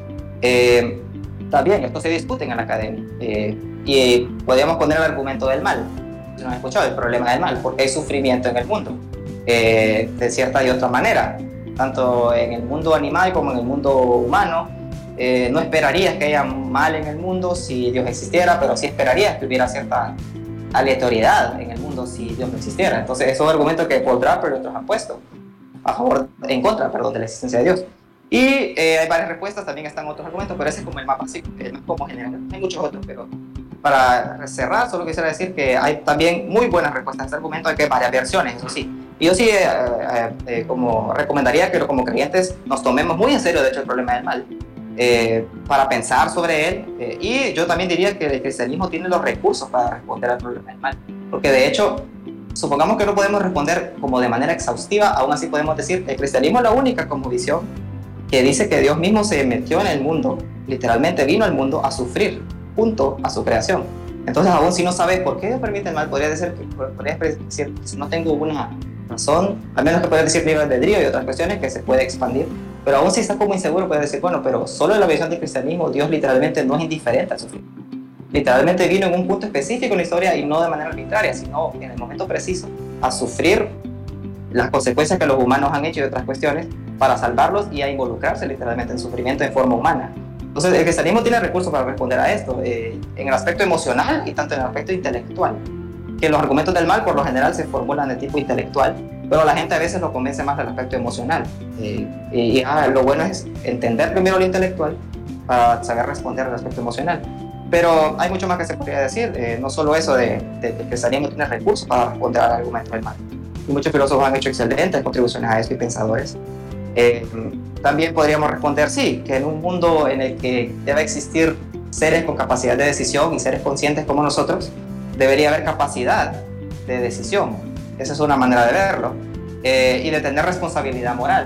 también esto se discute en la academia. Y podríamos poner el argumento del mal. Si no han escuchado el problema del mal, porque hay sufrimiento en el mundo, de cierta y otra manera, tanto en el mundo animal como en el mundo humano. No esperarías que haya mal en el mundo si Dios existiera, pero sí esperarías que hubiera cierta aleatoriedad en el mundo si Dios no existiera. Entonces, esos son argumentos que Paul Draper y otros han puesto en contra de la existencia de Dios. Y hay varias respuestas, también están otros argumentos, pero ese es como el más básico, el más como general. Hay muchos otros, pero para cerrar, solo quisiera decir que hay también muy buenas respuestas a este argumento, hay que varias versiones, eso sí. Y yo sí como recomendaría que como creyentes nos tomemos muy en serio, de hecho, el problema del mal. Para pensar sobre él, y yo también diría que el cristianismo tiene los recursos para responder al problema del mal, porque de hecho, supongamos que no podemos responder como de manera exhaustiva, aún así podemos decir que el cristianismo es la única cosmovisión que dice que Dios mismo se metió en el mundo, literalmente vino al mundo a sufrir junto a su creación. Entonces, aún si no sabes por qué Dios permite el mal, podría decir que no tengo una razón, al menos que puedes decir libre albedrío y otras cuestiones que se puede expandir, pero aún si estás como inseguro puedes decir, bueno, pero solo en la visión del cristianismo Dios literalmente no es indiferente al sufrimiento. Literalmente vino en un punto específico en la historia y no de manera arbitraria, sino en el momento preciso a sufrir las consecuencias que los humanos han hecho y otras cuestiones para salvarlos y a involucrarse literalmente en sufrimiento en forma humana. Entonces el cristianismo tiene recursos para responder a esto, en el aspecto emocional y tanto en el aspecto intelectual, que los argumentos del mal por lo general se formulan de tipo intelectual, pero la gente a veces lo convence más del aspecto emocional. Lo bueno es entender primero lo intelectual para saber responder al aspecto emocional. Pero hay mucho más que se podría decir, no solo eso de que el cristianismo tiene recursos para responder al argumento del mal. Y muchos filósofos han hecho excelentes contribuciones a eso y pensadores. También podríamos responder, sí, que en un mundo en el que debe existir seres con capacidad de decisión y seres conscientes como nosotros, debería haber capacidad de decisión. Esa es una manera de verlo. Y de tener responsabilidad moral.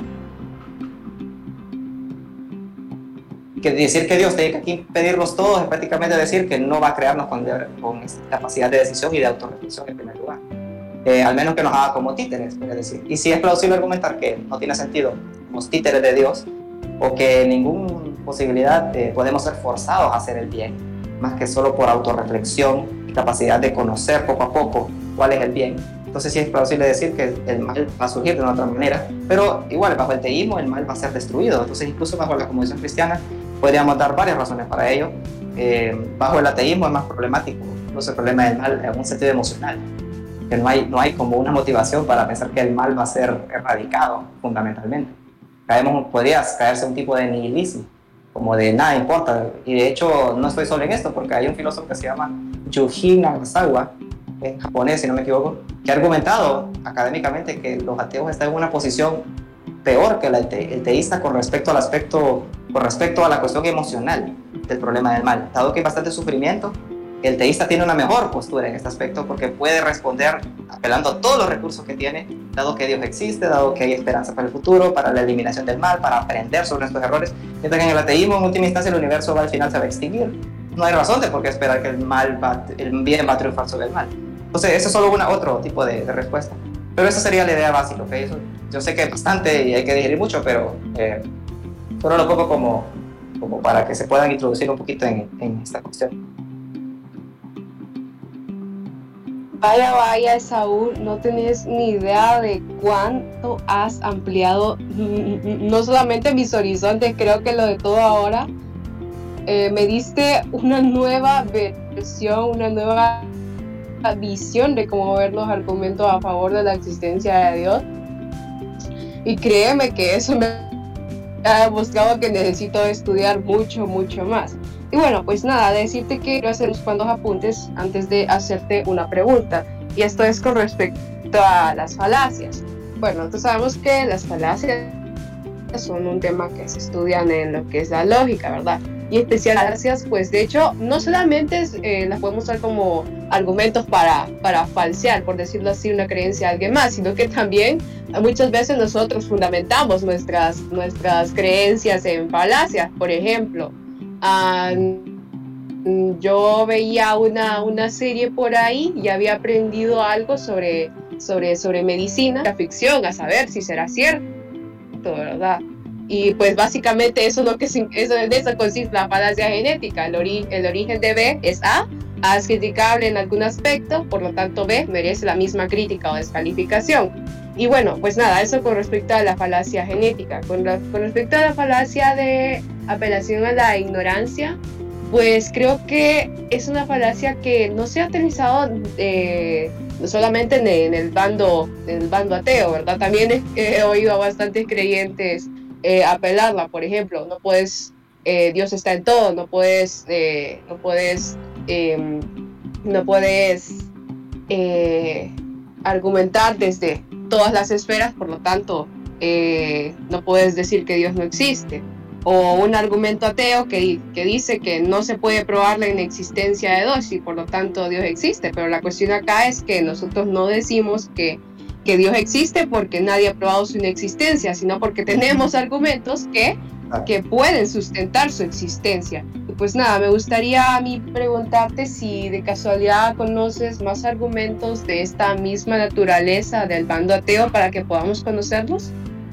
Que decir que Dios tiene que impedirnos todos es prácticamente decir que no va a crearnos con capacidad de decisión y de autorreflexión en primer lugar. Al menos que nos haga como títeres, es decir. Y si es plausible argumentar que no tiene sentido los títeres de Dios, o que en ninguna posibilidad podemos ser forzados a hacer el bien, más que solo por autorreflexión y capacidad de conocer poco a poco cuál es el bien. Entonces sí es plausible decir que el mal va a surgir de una otra manera, pero igual bajo el teísmo el mal va a ser destruido. Entonces incluso bajo la cosmovisión cristiana podríamos dar varias razones para ello. Bajo el ateísmo es más problemático, incluso el problema del mal en un sentido emocional, que no hay como una motivación para pensar que el mal va a ser erradicado fundamentalmente. Podría caerse un tipo de nihilismo, como de nada importa. Y de hecho no estoy solo en esto, porque hay un filósofo que se llama Yuji Nagasawa, en japonés si no me equivoco, que ha argumentado académicamente que los ateos están en una posición peor que el teísta con respecto a la cuestión emocional del problema del mal. Dado que hay bastante sufrimiento, el teísta tiene una mejor postura en este aspecto porque puede responder apelando a todos los recursos que tiene, dado que Dios existe, dado que hay esperanza para el futuro, para la eliminación del mal, para aprender sobre nuestros errores. Mientras que en el ateísmo, en última instancia, el universo al final se va a extinguir. No hay razón de por qué esperar que el bien va a triunfar sobre el mal. Entonces, eso es solo otro tipo de respuesta. Pero esa sería la idea básica, ¿ok? Eso, yo sé que es bastante y hay que digerir mucho, pero solo lo pongo como para que se puedan introducir un poquito en esta cuestión. Vaya, Esaú, no tenés ni idea de cuánto has ampliado, no solamente mis horizontes, creo que lo de todo ahora. Me diste una nueva versión, una nueva visión de cómo ver los argumentos a favor de la existencia de Dios. Y créeme que eso me ha demostrado que necesito estudiar mucho más. Y bueno, pues nada, decirte que quiero hacer unos cuantos apuntes antes de hacerte una pregunta. Y esto es con respecto a las falacias. Bueno, nosotros sabemos que las falacias son un tema que se estudian en lo que es la lógica, ¿verdad? Y especial falacias, pues de hecho, no solamente las podemos usar como argumentos para falsear, por decirlo así, una creencia de alguien más, sino que también muchas veces nosotros fundamentamos nuestras creencias en falacias. Por ejemplo, yo veía una serie por ahí y había aprendido algo sobre medicina, la ficción, a saber si será cierto, ¿verdad? Y pues básicamente eso de eso consiste la falacia genética. El origen de B es A es criticable en algún aspecto, por lo tanto B merece la misma crítica o descalificación. Y bueno, pues nada, eso con respecto a la falacia genética. Con respecto a la falacia de apelación a la ignorancia, pues creo que es una falacia que no se ha utilizado no solamente en el bando ateo, ¿verdad? También he oído a bastantes creyentes apelarla. Por ejemplo, no puedes, Dios está en todo, no puedes argumentar desde todas las esferas, por lo tanto no puedes decir que Dios no existe. O un argumento ateo que dice que no se puede probar la inexistencia de Dios y por lo tanto Dios existe. Pero la cuestión acá es que nosotros no decimos que Dios existe porque nadie ha probado su inexistencia, sino porque tenemos argumentos que pueden sustentar su existencia. Pues nada, me gustaría a mí preguntarte si de casualidad conoces más argumentos de esta misma naturaleza del bando ateo para que podamos conocerlos.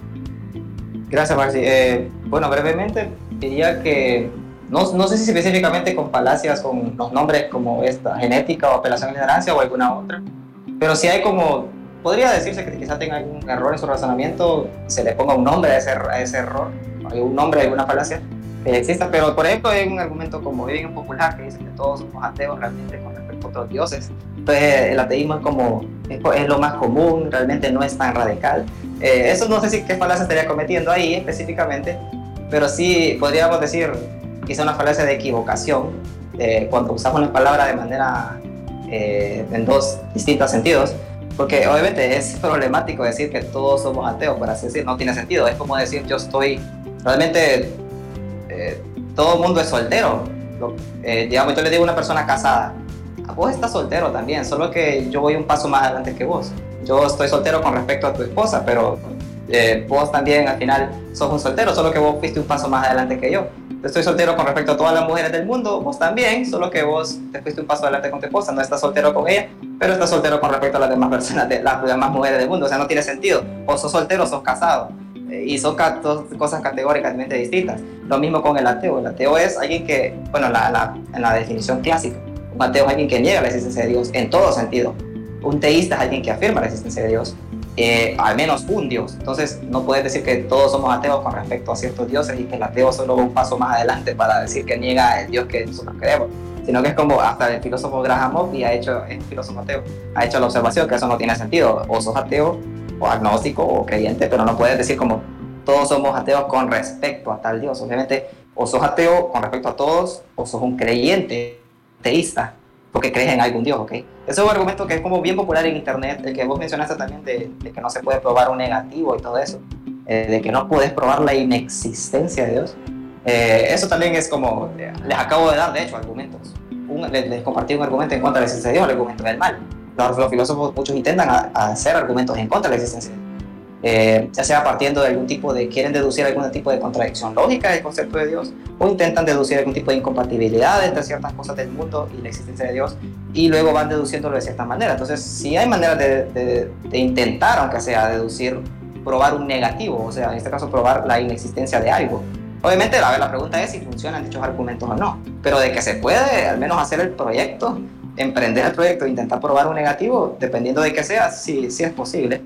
Gracias, Marci. Bueno, brevemente diría que no sé si específicamente con falacias, con los nombres como esta, genética o apelación a la ignorancia o alguna otra, pero sí hay como, podría decirse que quizá tenga algún error en su razonamiento, se le ponga un nombre a ese error, algún nombre, alguna falacia que exista, pero por ejemplo hay un argumento como bien popular que dice que todos somos ateos realmente con respecto a otros dioses. Entonces el ateísmo es como, es lo más común, realmente no es tan radical. Eso no sé si qué falacia estaría cometiendo ahí específicamente, pero sí podríamos decir quizá una falacia de equivocación, cuando usamos la palabra de manera en dos distintos sentidos, porque obviamente es problemático decir que todos somos ateos, por así decir, no tiene sentido. Es como decir yo estoy, realmente todo el mundo es soltero, digamos, yo le digo a una persona casada, vos estás soltero también, solo que yo voy un paso más adelante que vos. Yo estoy soltero con respecto a tu esposa, pero vos también al final sos un soltero, solo que vos fuiste un paso más adelante que yo. Estoy soltero con respecto a todas las mujeres del mundo, vos también, solo que vos te fuiste un paso adelante con tu esposa, no estás soltero con ella, pero estás soltero con respecto a las demás personas, las demás mujeres del mundo. O sea, no tiene sentido, o sos soltero o sos casado, y son dos cosas categóricamente distintas. Lo mismo con el ateo. El ateo es alguien que, bueno, en la definición clásica, un ateo es alguien que niega la existencia de Dios en todo sentido. Un teísta es alguien que afirma la existencia de Dios, al menos un Dios. Entonces no puedes decir que todos somos ateos con respecto a ciertos dioses y que el ateo solo va un paso más adelante para decir que niega el Dios que nosotros creemos, sino que es como hasta el filósofo Graham Hoppe es un filósofo ateo, ha hecho la observación que eso no tiene sentido. O sos ateo o agnóstico o creyente, pero no puedes decir como todos somos ateos con respecto a tal Dios. Obviamente o sos ateo con respecto a todos o sos un creyente teísta porque crees en algún Dios, ¿ok? Ese es un argumento que es como bien popular en internet, el que vos mencionaste también de que no se puede probar un negativo y todo eso, de que no puedes probar la inexistencia de Dios. Eso también es como, les acabo de dar de hecho argumentos. Les compartí un argumento en contra de la existencia de Dios, el argumento del mal. Los filósofos muchos intentan hacer argumentos en contra de la existencia de Dios. Ya sea partiendo de algún tipo quieren deducir algún tipo de contradicción lógica del concepto de Dios, o intentan deducir algún tipo de incompatibilidad entre ciertas cosas del mundo y la existencia de Dios, y luego van deduciéndolo de cierta manera. Entonces, si hay maneras de intentar, aunque sea deducir, probar un negativo, o sea, en este caso probar la inexistencia de algo. Obviamente, la pregunta es si funcionan dichos argumentos o no, pero de que se puede al menos hacer el proyecto, emprender el proyecto e intentar probar un negativo, dependiendo de qué sea, sí es posible.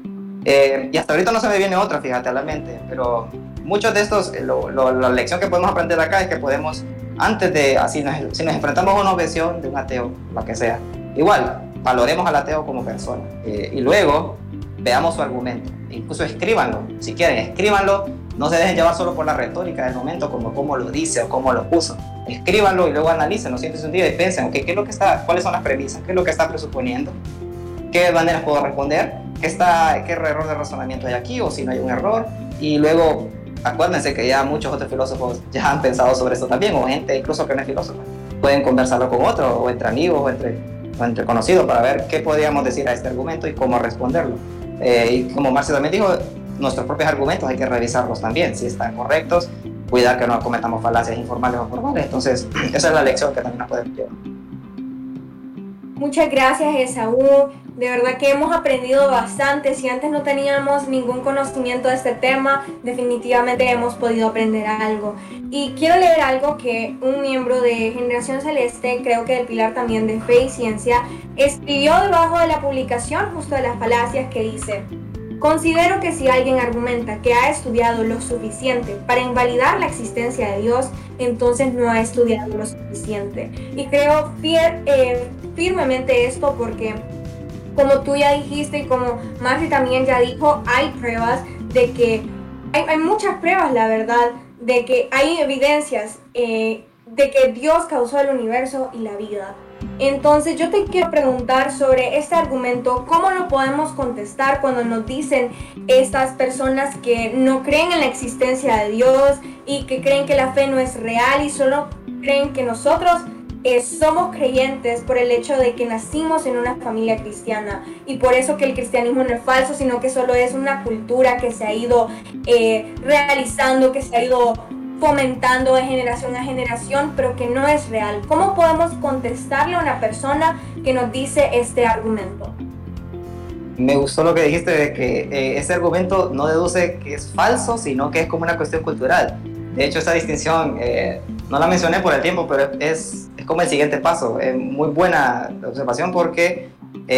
Y hasta ahorita no se me viene otra, fíjate, a la mente, pero muchos de estos, la lección que podemos aprender acá es que podemos, antes de, si nos enfrentamos a una objeción de un ateo, lo que sea, igual, valoremos al ateo como persona, y luego veamos su argumento, incluso escríbanlo, si quieren, escríbanlo, no se dejen llevar solo por la retórica del momento, como cómo lo dice o cómo lo puso, escríbanlo y luego analícenlo, siéntense un día y piensen, okay, ¿cuáles son las premisas? ¿Qué es lo que está presuponiendo? ¿Qué maneras puedo responder? ¿Qué error de razonamiento hay aquí o si no hay un error? Y luego acuérdense que ya muchos otros filósofos ya han pensado sobre esto también, o gente incluso que no es filósofa, pueden conversarlo con otro, o entre amigos, o entre conocidos, para ver qué podríamos decir a este argumento y cómo responderlo. Y como Marci también dijo, nuestros propios argumentos hay que revisarlos también, si están correctos, cuidar que no cometamos falacias informales o formales. Entonces esa es la lección que también nos podemos llevar. Muchas gracias, Esaú. De verdad que hemos aprendido bastante. Si antes no teníamos ningún conocimiento de este tema, definitivamente hemos podido aprender algo. Y quiero leer algo que un miembro de Generación Celeste, creo que del pilar también de Fe y Ciencia, escribió debajo de la publicación, justo de las falacias, que dice: considero que si alguien argumenta que ha estudiado lo suficiente para invalidar la existencia de Dios, entonces no ha estudiado lo suficiente. Y creo firmemente esto porque, como tú ya dijiste y como Marci también ya dijo, hay pruebas de que, hay muchas pruebas, la verdad, de que hay evidencias de que Dios causó el universo y la vida. Entonces yo te quiero preguntar sobre este argumento, ¿cómo lo podemos contestar cuando nos dicen estas personas que no creen en la existencia de Dios y que creen que la fe no es real y solo creen que nosotros somos creyentes por el hecho de que nacimos en una familia cristiana y por eso que el cristianismo no es falso, sino que solo es una cultura que se ha ido realizando, que se ha ido fomentando de generación a generación, pero que no es real. ¿Cómo podemos contestarle a una persona que nos dice este argumento? Me gustó lo que dijiste de que ese argumento no deduce que es falso, sino que es como una cuestión cultural. De hecho, esa distinción no la mencioné por el tiempo, pero es como el siguiente paso. Muy buena observación porque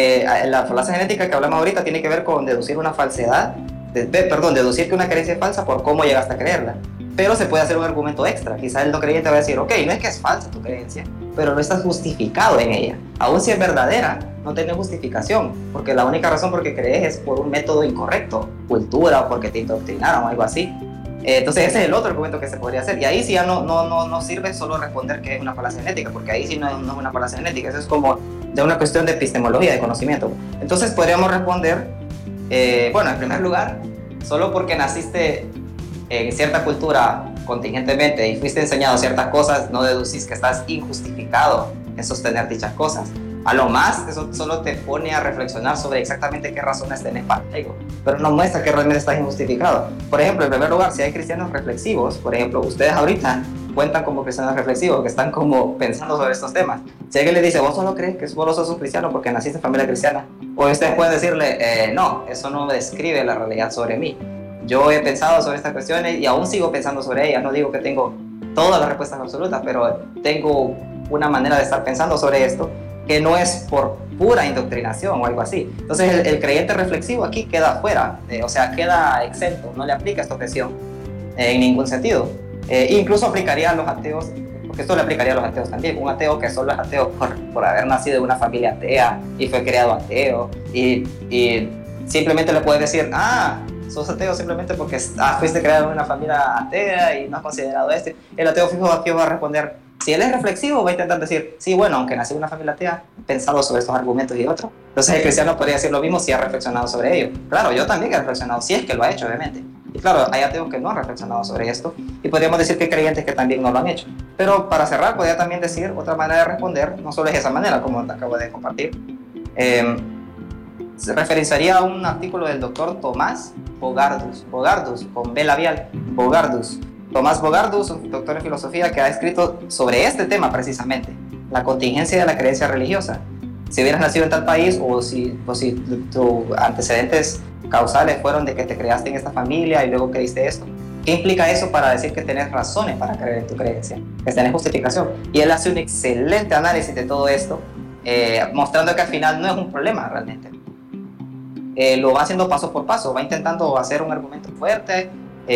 la falacia genética que hablamos ahorita tiene que ver con deducir una falsedad, deducir que una creencia es falsa por cómo llegaste a creerla. Pero se puede hacer un argumento extra. Quizás el no creyente va a decir, ok, no es que es falsa tu creencia, pero no estás justificado en ella. Aún si es verdadera, no tiene justificación, porque la única razón por que crees es por un método incorrecto, cultura o porque te indoctrinaron o algo así. Entonces ese es el otro argumento que se podría hacer. Y ahí sí ya no sirve solo responder que es una falacia genética, porque ahí sí no es una falacia genética. Eso es como de una cuestión de epistemología, de conocimiento. Entonces podríamos responder, bueno, en primer lugar, solo porque naciste en cierta cultura contingentemente y fuiste enseñado ciertas cosas, no deducís que estás injustificado en sostener dichas cosas. A lo más, eso solo te pone a reflexionar sobre exactamente qué razones tenés para ello, pero no muestra que realmente estás injustificado. Por ejemplo, en primer lugar, si hay cristianos reflexivos, por ejemplo, ustedes ahorita cuentan como cristianos reflexivos, que están como pensando sobre estos temas. Si alguien le dice, vos solo crees que solo sos un cristiano porque naciste en familia cristiana, o ustedes pueden decirle, no, eso no describe la realidad sobre mí. Yo he pensado sobre estas cuestiones y aún sigo pensando sobre ellas. No digo que tengo todas las respuestas absolutas, pero tengo una manera de estar pensando sobre esto que no es por pura indoctrinación o algo así. Entonces el creyente reflexivo aquí queda fuera, o sea, queda exento, no le aplica esta objeción en ningún sentido. Incluso aplicaría a los ateos, porque esto le aplicaría a los ateos también. Un ateo que solo es ateo por haber nacido en una familia atea y fue criado ateo y simplemente le puede decir, sos ateo simplemente porque fuiste creado en una familia atea y no has considerado esto. El ateo fijo aquí va a responder, si él es reflexivo, va a intentar decir, sí, bueno, aunque nací en una familia atea, he pensado sobre estos argumentos y otros. Entonces el cristiano podría decir lo mismo si ha reflexionado sobre ello. Claro, yo también he reflexionado, si es que lo ha hecho, obviamente. Y claro, hay ateos que no han reflexionado sobre esto y podríamos decir que hay creyentes que también no lo han hecho. Pero para cerrar, podría también decir otra manera de responder, no solo es esa manera como te acabo de compartir. Se referenciaría a un artículo del doctor Tomás Bogardus, con B labial, Bogardus. Tomás Bogardus, un doctor en filosofía que ha escrito sobre este tema precisamente, la contingencia de la creencia religiosa. Si hubieras nacido en tal país o si tus antecedentes causales fueron de que te creaste en esta familia y luego creíste esto, ¿qué implica eso para decir que tenés razones para creer en tu creencia? Que tenés justificación. Y él hace un excelente análisis de todo esto, mostrando que al final no es un problema realmente. Lo va haciendo paso por paso, va intentando hacer un argumento fuerte,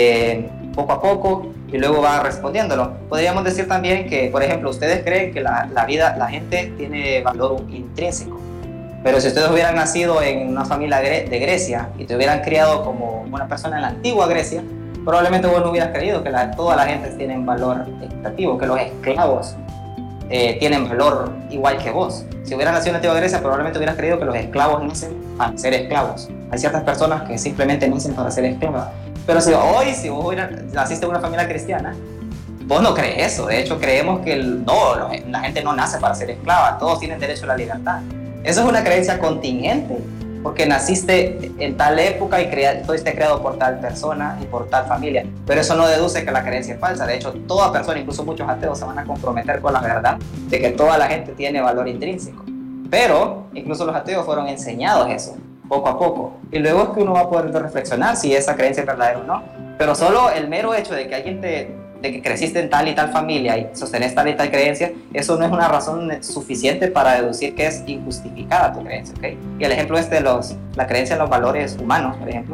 poco a poco, y luego va respondiéndolo. Podríamos decir también que, por ejemplo, ustedes creen que la gente tiene valor intrínseco, pero si ustedes hubieran nacido en una familia de Grecia y te hubieran criado como una persona en la antigua Grecia, probablemente vos no hubieras creído que toda la gente tiene valor equitativo, que los esclavos tienen valor igual que vos. Si hubieras nacido en la antigua Grecia, probablemente hubieras creído que los esclavos nacen para ser esclavos. Hay ciertas personas que simplemente nacen para ser esclavas. Pero si vos naciste en una familia cristiana, vos no crees eso. De hecho, creemos que la gente no nace para ser esclava. Todos tienen derecho a la libertad. Eso es una creencia contingente, porque naciste en tal época y fuiste creado por tal persona y por tal familia. Pero eso no deduce que la creencia es falsa. De hecho, toda persona, incluso muchos ateos, se van a comprometer con la verdad de que toda la gente tiene valor intrínseco. Pero incluso los ateos fueron enseñados eso, poco a poco. Y luego es que uno va a poder reflexionar si esa creencia es verdadera o no. Pero solo el mero hecho de que alguien de que creciste en tal y tal familia y sostenés tal y tal creencia, eso no es una razón suficiente para deducir que es injustificada tu creencia, ¿ok? Y el ejemplo de la creencia en los valores humanos, por ejemplo,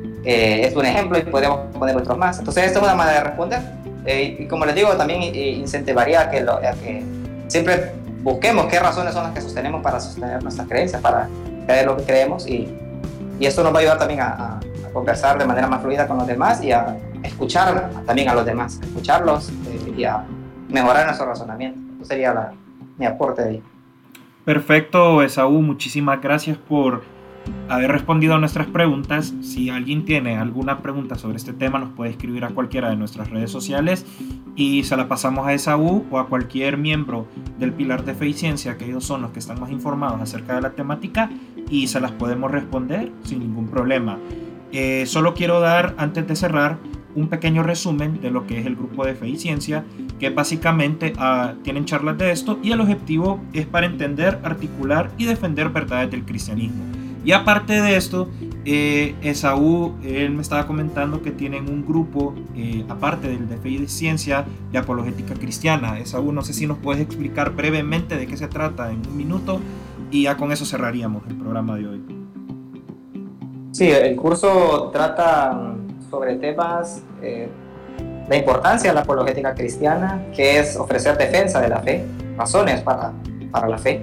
es un ejemplo y podríamos poner otros más. Entonces, esta es una manera de responder. Y como les digo, también incentivaría a que siempre busquemos qué razones son las que sostenemos para sostener nuestras creencias, para creer lo que creemos, y esto nos va a ayudar también a conversar de manera más fluida con los demás y a escuchar también a los demás, escucharlos y a mejorar nuestro razonamiento. Eso sería mi aporte ahí. Perfecto, Esaú, muchísimas gracias por haber respondido a nuestras preguntas. Si alguien tiene alguna pregunta sobre este tema, nos puede escribir a cualquiera de nuestras redes sociales y se la pasamos a Esaú o a cualquier miembro del Pilar de Fe y Ciencia, que ellos son los que están más informados acerca de la temática, y se las podemos responder sin ningún problema. Solo quiero dar, antes de cerrar, un pequeño resumen de lo que es el grupo de Fe y Ciencia, que básicamente tienen charlas de esto, y el objetivo es para entender, articular y defender verdades del cristianismo. Y aparte de esto, Esaú, él me estaba comentando que tienen un grupo, aparte del de Fe y de Ciencia, de apologética cristiana. Esaú, no sé si nos puedes explicar brevemente de qué se trata en un minuto, y ya con eso cerraríamos el programa de hoy. Sí, el curso trata sobre temas, la importancia de la apologética cristiana, que es ofrecer defensa de la fe, razones para la fe.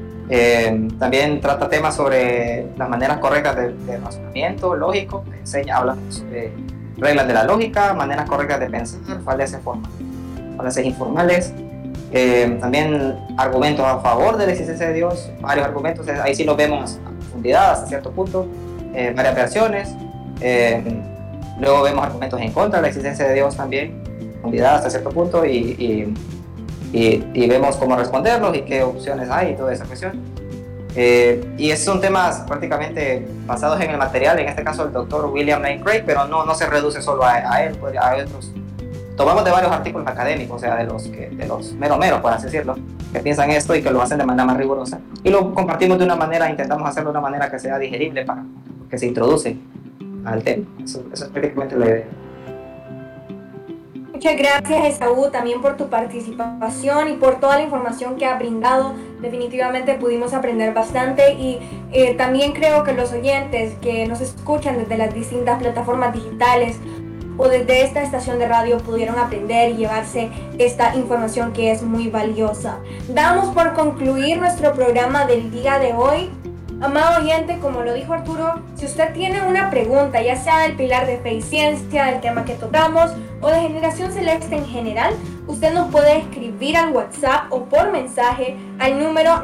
También trata temas sobre las maneras correctas de razonamiento lógico, habla sobre reglas de la lógica, maneras correctas de pensar, falacias informales. También argumentos a favor de la existencia de Dios, varios argumentos, ahí sí los vemos a profundidad hasta cierto punto, varias versiones. Luego vemos argumentos en contra de la existencia de Dios también, profundidad hasta cierto punto, y vemos cómo responderlos y qué opciones hay y toda esa cuestión. Y esos son temas prácticamente basados en el material, en este caso el doctor William Lane Craig, pero no se reduce solo a él, hay otros. Tomamos de varios artículos académicos, o sea, de los meros, por así decirlo, que piensan esto y que lo hacen de manera más rigurosa. Y lo compartimos de una manera, intentamos hacerlo de una manera que sea digerible para que se introduce al tema. Eso es prácticamente la idea. Muchas gracias, Esaú, también por tu participación y por toda la información que ha brindado. Definitivamente pudimos aprender bastante, y también creo que los oyentes que nos escuchan desde las distintas plataformas digitales o desde esta estación de radio pudieron aprender y llevarse esta información que es muy valiosa. Damos por concluir nuestro programa del día de hoy. Amado oyente, como lo dijo Arturo, si usted tiene una pregunta, ya sea del pilar de Fe y Ciencia, del tema que tocamos, o de Generación Celeste en general, usted nos puede escribir al WhatsApp o por mensaje al número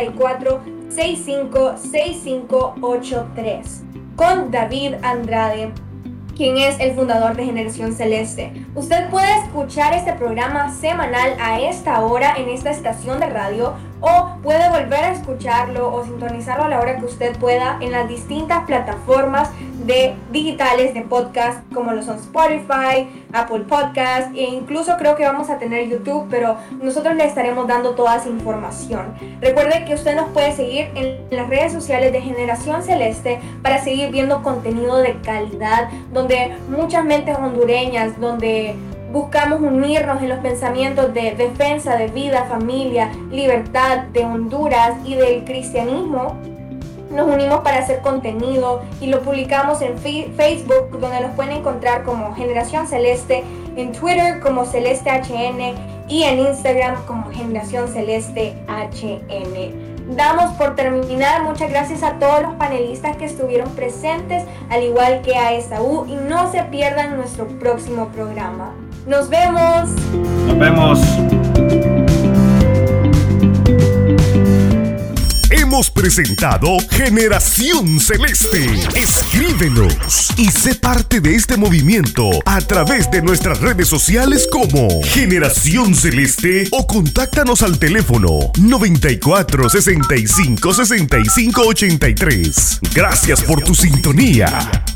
94656583 con David Andrade, quien es el fundador de Generación Celeste. Usted puede escuchar este programa semanal a esta hora en esta estación de radio, o puede volver a escucharlo o sintonizarlo a la hora que usted pueda en las distintas plataformas digitales de podcast, como lo son Spotify, Apple Podcast, e incluso creo que vamos a tener YouTube, pero nosotros le estaremos dando toda esa información. Recuerde que usted nos puede seguir en las redes sociales de Generación Celeste para seguir viendo contenido de calidad, donde muchas mentes hondureñas, donde buscamos unirnos en los pensamientos de defensa de vida, familia, libertad de Honduras y del cristianismo. Nos unimos para hacer contenido y lo publicamos en Facebook, donde nos pueden encontrar como Generación Celeste, en Twitter como Celeste HN y en Instagram como Generación Celeste HN. Damos por terminar. Muchas gracias a todos los panelistas que estuvieron presentes, al igual que a Esaú, y no se pierdan nuestro próximo programa. ¡Nos vemos! ¡Nos vemos! Hemos presentado Generación Celeste. Escríbenos y sé parte de este movimiento a través de nuestras redes sociales como Generación Celeste, o contáctanos al teléfono 94 65 65 83. Gracias por tu sintonía.